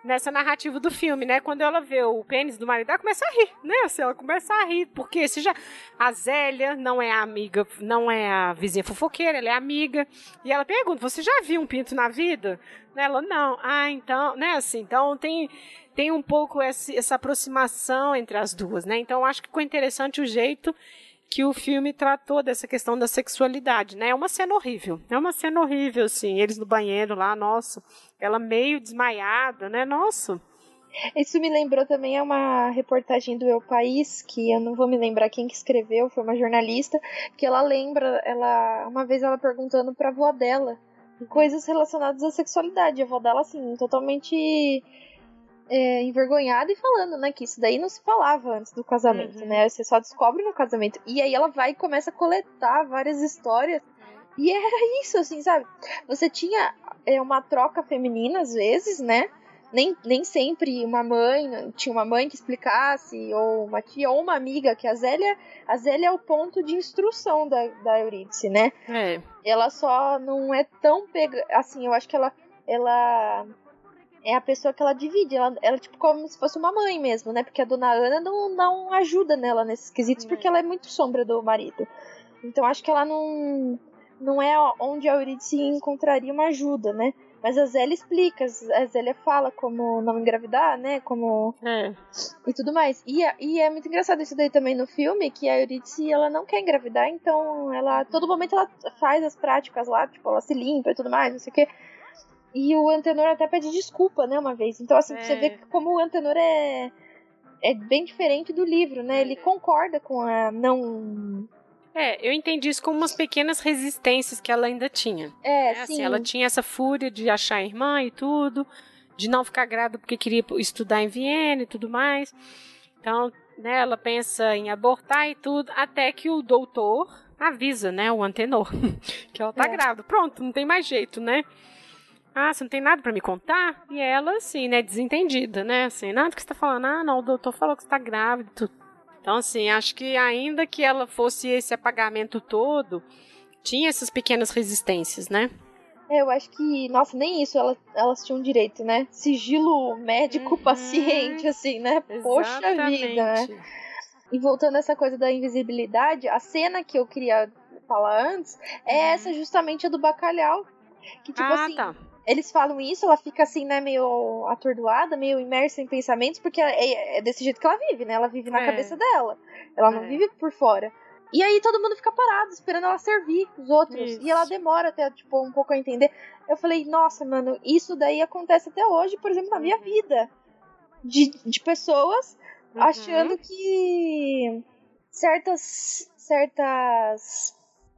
nessa narrativa do filme, né? Quando ela vê o pênis do marido, ela começa a rir, né? Assim, ela começa a rir, porque se já... A Zélia não é a amiga, não é a vizinha fofoqueira, ela é amiga. E ela pergunta, você já viu um pinto na vida? Ela, não. Ah, então, né? Assim, então tem... Tem um pouco essa, essa aproximação entre as duas, né? Então, eu acho que ficou interessante o jeito que o filme tratou dessa questão da sexualidade, né? É uma cena horrível. É uma cena horrível, assim. Eles no banheiro lá, nossa. Ela meio desmaiada, né? Nossa. Isso me lembrou também, é uma reportagem do El País, que eu não vou me lembrar quem que escreveu, foi uma jornalista, que ela lembra, ela uma vez ela perguntando pra avó dela coisas relacionadas à sexualidade. A avó dela, assim, totalmente... É, envergonhada e falando, né, que isso daí não se falava antes do casamento, uhum. né, você só descobre no casamento, e aí ela vai e começa a coletar várias histórias, e era isso, assim, sabe, você tinha é, uma troca feminina às vezes, né, nem, nem sempre uma mãe, tinha uma mãe que explicasse, ou uma tia, ou uma amiga, que a Zélia, a Zélia é o ponto de instrução da, da Eurídice, né, é. Ela só não é tão pega, assim, eu acho que ela, ela é a pessoa que ela divide, ela, ela tipo como se fosse uma mãe mesmo, né? Porque a dona Ana não, não ajuda nela nesses quesitos, é. Porque ela é muito sombra do marido. Então acho que ela não, não é onde a Eurídice encontraria uma ajuda, né? Mas a Zélia explica, a Zélia fala como não engravidar, né? Como... É. E tudo mais. E, e é muito engraçado isso daí também no filme, que a Eurídice, ela não quer engravidar, então ela, todo momento ela faz as práticas lá, tipo, ela se limpa e tudo mais, não sei o quê. E o Antenor até pede desculpa, né, uma vez. Então, assim, é. Você vê como o Antenor é, é bem diferente do livro, né? Ele concorda com a não... É, eu entendi isso como umas pequenas resistências que ela ainda tinha. É, é sim. Assim, ela tinha essa fúria de achar a irmã e tudo, de não ficar grávida porque queria estudar em Viena e tudo mais. Então, né, ela pensa em abortar e tudo, até que o doutor avisa, né, o Antenor, que ela tá é. grávida. Pronto, não tem mais jeito, né? Ah, você não tem nada pra me contar? E ela, assim, né, desentendida, né? Assim, nada que você tá falando. Ah, não, o doutor falou que você tá grávida. Então, assim, acho que ainda que ela fosse esse apagamento todo, tinha essas pequenas resistências, né? É, eu acho que, nossa, nem isso elas, elas tinham direito, né? Sigilo médico-paciente, uhum. assim, né? Poxa Exatamente. vida, né? E voltando a essa coisa da invisibilidade, a cena que eu queria falar antes é uhum. essa justamente a do bacalhau. Que, tipo ah, assim... tá. Eles falam isso, ela fica assim, né, meio atordoada, meio imersa em pensamentos, porque é, é desse jeito que ela vive, né? Ela vive na é. cabeça dela. Ela não é. vive por fora. E aí todo mundo fica parado, esperando ela servir os outros. Isso. E ela demora até, tipo, um pouco a entender. Eu falei, nossa, mano, isso daí acontece até hoje, por exemplo, na minha vida. De, de pessoas uhum. achando que certas... certas...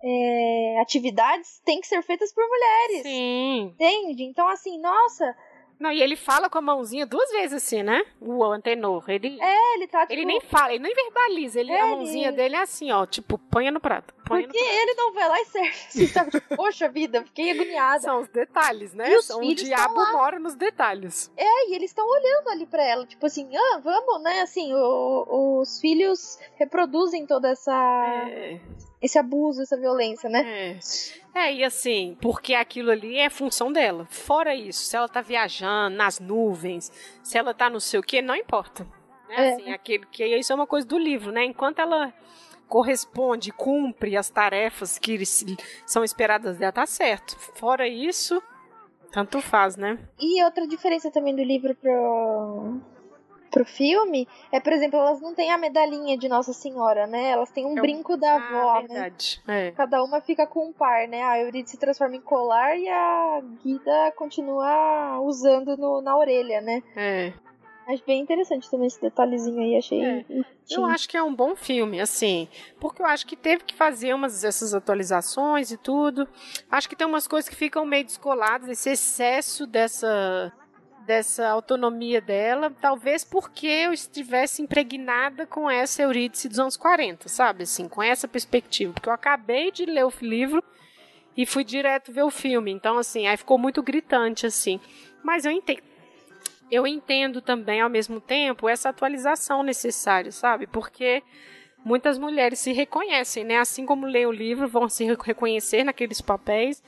É, atividades têm que ser feitas por mulheres. Sim. Entende? Então, assim, nossa... Não, e ele fala com a mãozinha duas vezes assim, né? O Antenor. Ele, é, ele tá, tipo... Ele nem fala, ele nem verbaliza. Ele, é, a mãozinha ele... dele é assim, ó. Tipo, ponha no prato. Ponha Porque no prato. ele não vai lá e serve. Assim, sabe? Tipo, poxa vida, fiquei agoniada. São os detalhes, né? E os São, filhos o diabo mora nos detalhes. É, e eles estão olhando ali pra ela. Tipo assim, ah, vamos, né? Assim, o, os filhos reproduzem toda essa... É... esse abuso, essa violência, né? É. é, e assim, porque aquilo ali é função dela. Fora isso, se ela tá viajando nas nuvens, se ela tá não sei o que, não importa. Né? É. Assim, aquele, que isso é uma coisa do livro, né? Enquanto ela corresponde, cumpre as tarefas que são esperadas dela, tá certo. Fora isso, tanto faz, né? E outra diferença também do livro pro... pro filme, é, por exemplo, elas não têm a medalhinha de Nossa Senhora, né? Elas têm um é brinco um... da avó, ah, verdade. né? É. Cada uma fica com um par, né? A Eurídice se transforma em colar e a Guida continua usando no, na orelha, né? É. Acho bem interessante também esse detalhezinho aí, achei... É. Eu acho que é um bom filme, assim, porque eu acho que teve que fazer umas essas atualizações e tudo. Acho que tem umas coisas que ficam meio descoladas, esse excesso dessa... dessa autonomia dela, talvez porque eu estivesse impregnada com essa Eurídice dos anos quarenta, sabe, assim, com essa perspectiva, porque eu acabei de ler o livro e fui direto ver o filme, então, assim, aí ficou muito gritante, assim, mas eu entendo, eu entendo também, ao mesmo tempo, essa atualização necessária, sabe, porque muitas mulheres se reconhecem, né, assim como leem o livro, vão se reconhecer naqueles papéis.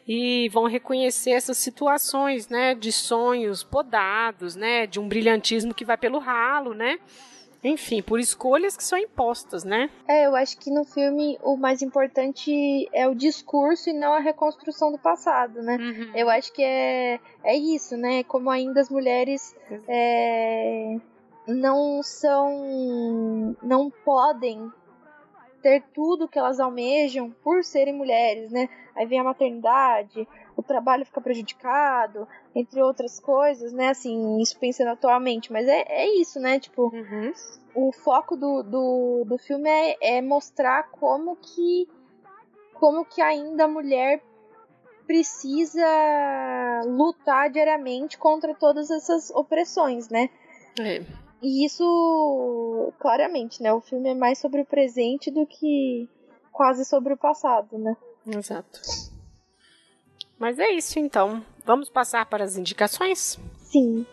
e vão reconhecer essas situações, né, de sonhos podados, né, de um brilhantismo que vai pelo ralo, né, enfim, por escolhas que são impostas, né. É, eu acho que no filme o mais importante é o discurso e não a reconstrução do passado, né. Uhum. Eu acho que é, é isso, né, como ainda as mulheres é, não são, não podem ter tudo que elas almejam por serem mulheres, né? Aí vem a maternidade, o trabalho fica prejudicado, entre outras coisas, né? Assim, isso pensando atualmente, mas é, é isso, né? Tipo, Uhum. o foco do, do, do filme é, é mostrar como que, como que ainda a mulher precisa lutar diariamente contra todas essas opressões, né? É. E isso, claramente, né? O filme é mais sobre o presente do que quase sobre o passado, né? Exato. Mas é isso, então. Vamos passar para as indicações? Sim.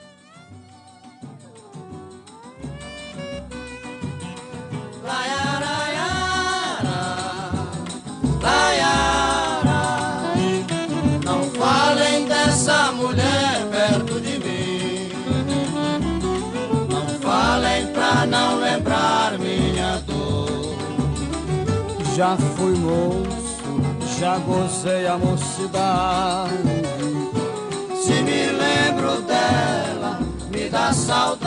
Não falem dessa mulher perto de mim. Pra não lembrar minha dor. Já fui moço, já gozei a mocidade. Se me lembro dela, me dá saudade.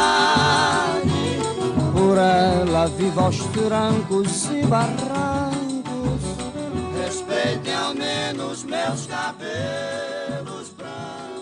Por ela vivo aos trancos e barrancos. Respeitem ao menos meus cabelos brancos.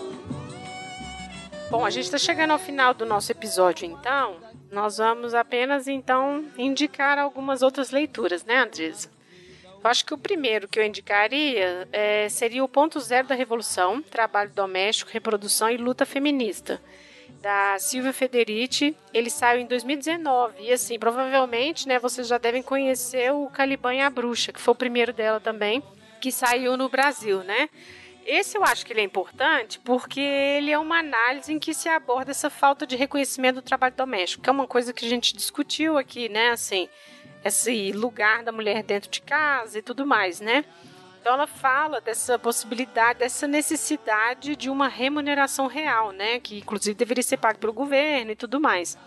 Bom, a gente está chegando ao final do nosso episódio, então. Nós vamos apenas, então, indicar algumas outras leituras, né, Andresa? Eu acho que o primeiro que eu indicaria é, seria o Ponto Zero da Revolução, Trabalho Doméstico, Reprodução e Luta Feminista, da Silvia Federici. Ele saiu em dois mil e dezenove e, assim, provavelmente, né, vocês já devem conhecer o Caliban e a Bruxa, que foi o primeiro dela também, que saiu no Brasil, né? Esse eu acho que ele é importante porque ele é uma análise em que se aborda essa falta de reconhecimento do trabalho doméstico, que é uma coisa que a gente discutiu aqui, né, assim, esse lugar da mulher dentro de casa e tudo mais, né? Então ela fala dessa possibilidade, dessa necessidade de uma remuneração real, né, que inclusive deveria ser paga pelo governo e tudo mais.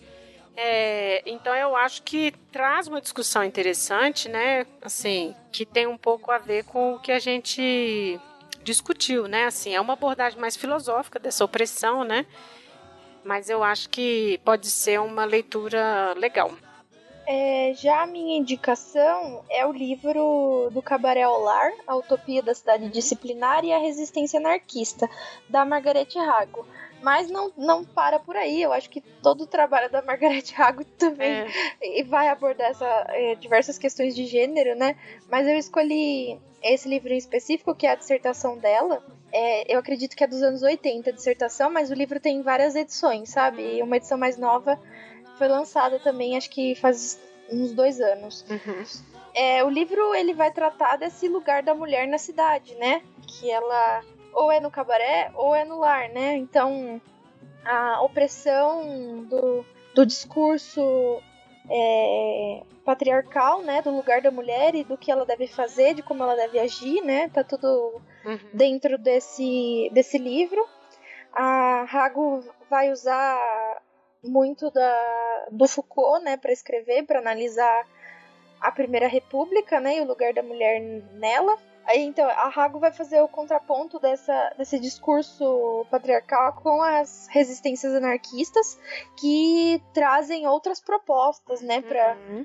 É, então eu acho que traz uma discussão interessante, né, assim, que tem um pouco a ver com o que a gente discutiu, né? Assim, é uma abordagem mais filosófica dessa opressão, né? Mas eu acho que pode ser uma leitura legal. É, já a minha indicação é o livro do Cabaré ao Lar, A Utopia da Cidade Disciplinar e a Resistência Anarquista, da Margareth Hago. Mas não, não para por aí, eu acho que todo o trabalho da Margareth Hago também é. vai abordar essa, é, diversas questões de gênero, né? Mas eu escolhi esse livro em específico, que é a dissertação dela. É, eu acredito que é dos anos oitenta a dissertação, mas o livro tem várias edições, sabe? E uma edição mais nova foi lançada também, acho que faz uns dois anos. Uhum. É, o livro ele vai tratar desse lugar da mulher na cidade, né? Que ela ou é no cabaré ou é no lar, né? Então, a opressão do, do discurso é, patriarcal, né? Do lugar da mulher e do que ela deve fazer, de como ela deve agir, né? Tá tudo uhum. dentro desse, desse livro. A Hago vai usar muito da, do Foucault, né? Para escrever, para analisar a Primeira República, né? E o lugar da mulher nela. Aí, então, a Hago vai fazer o contraponto dessa, desse discurso patriarcal com as resistências anarquistas que trazem outras propostas, né, para uhum.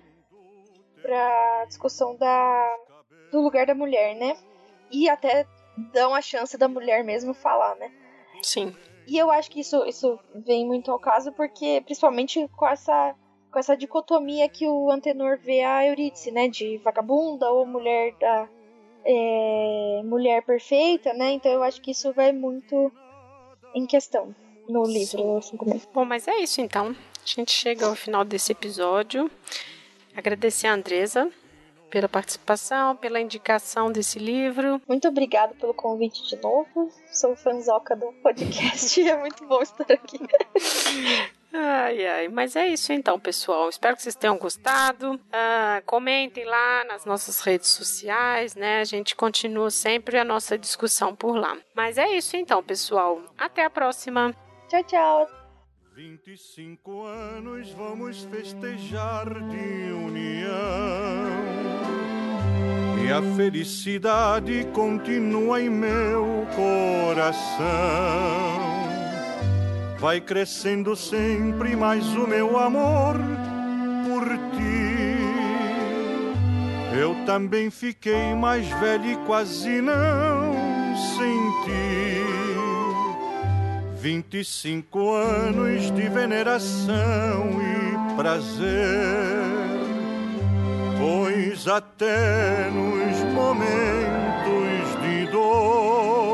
para discussão da, do lugar da mulher, né? E até dão a chance da mulher mesmo falar, né? Sim. E eu acho que isso, isso vem muito ao caso porque, principalmente com essa, com essa dicotomia que o Antenor vê a Eurídice, né, de vagabunda ou mulher da É, mulher perfeita, né? Então eu acho que isso vai muito em questão no livro. Assim como... Bom, mas é isso então. A gente chega ao final desse episódio. Agradecer a Andresa pela participação, pela indicação desse livro. Muito obrigada pelo convite de novo. Sou fãzoca do podcast e é muito bom estar aqui. Ai, ai, mas é isso então, pessoal. Espero que vocês tenham gostado. Ah, comentem lá nas nossas redes sociais, né? A gente continua sempre a nossa discussão por lá. Mas é isso então, pessoal. Até a próxima. Tchau, tchau. vinte e cinco anos vamos festejar de união. E a felicidade continua em meu coração. Vai crescendo sempre mais o meu amor por ti. Eu também fiquei mais velho e quase não senti. Vinte e cinco anos de veneração e prazer, pois até nos momentos de dor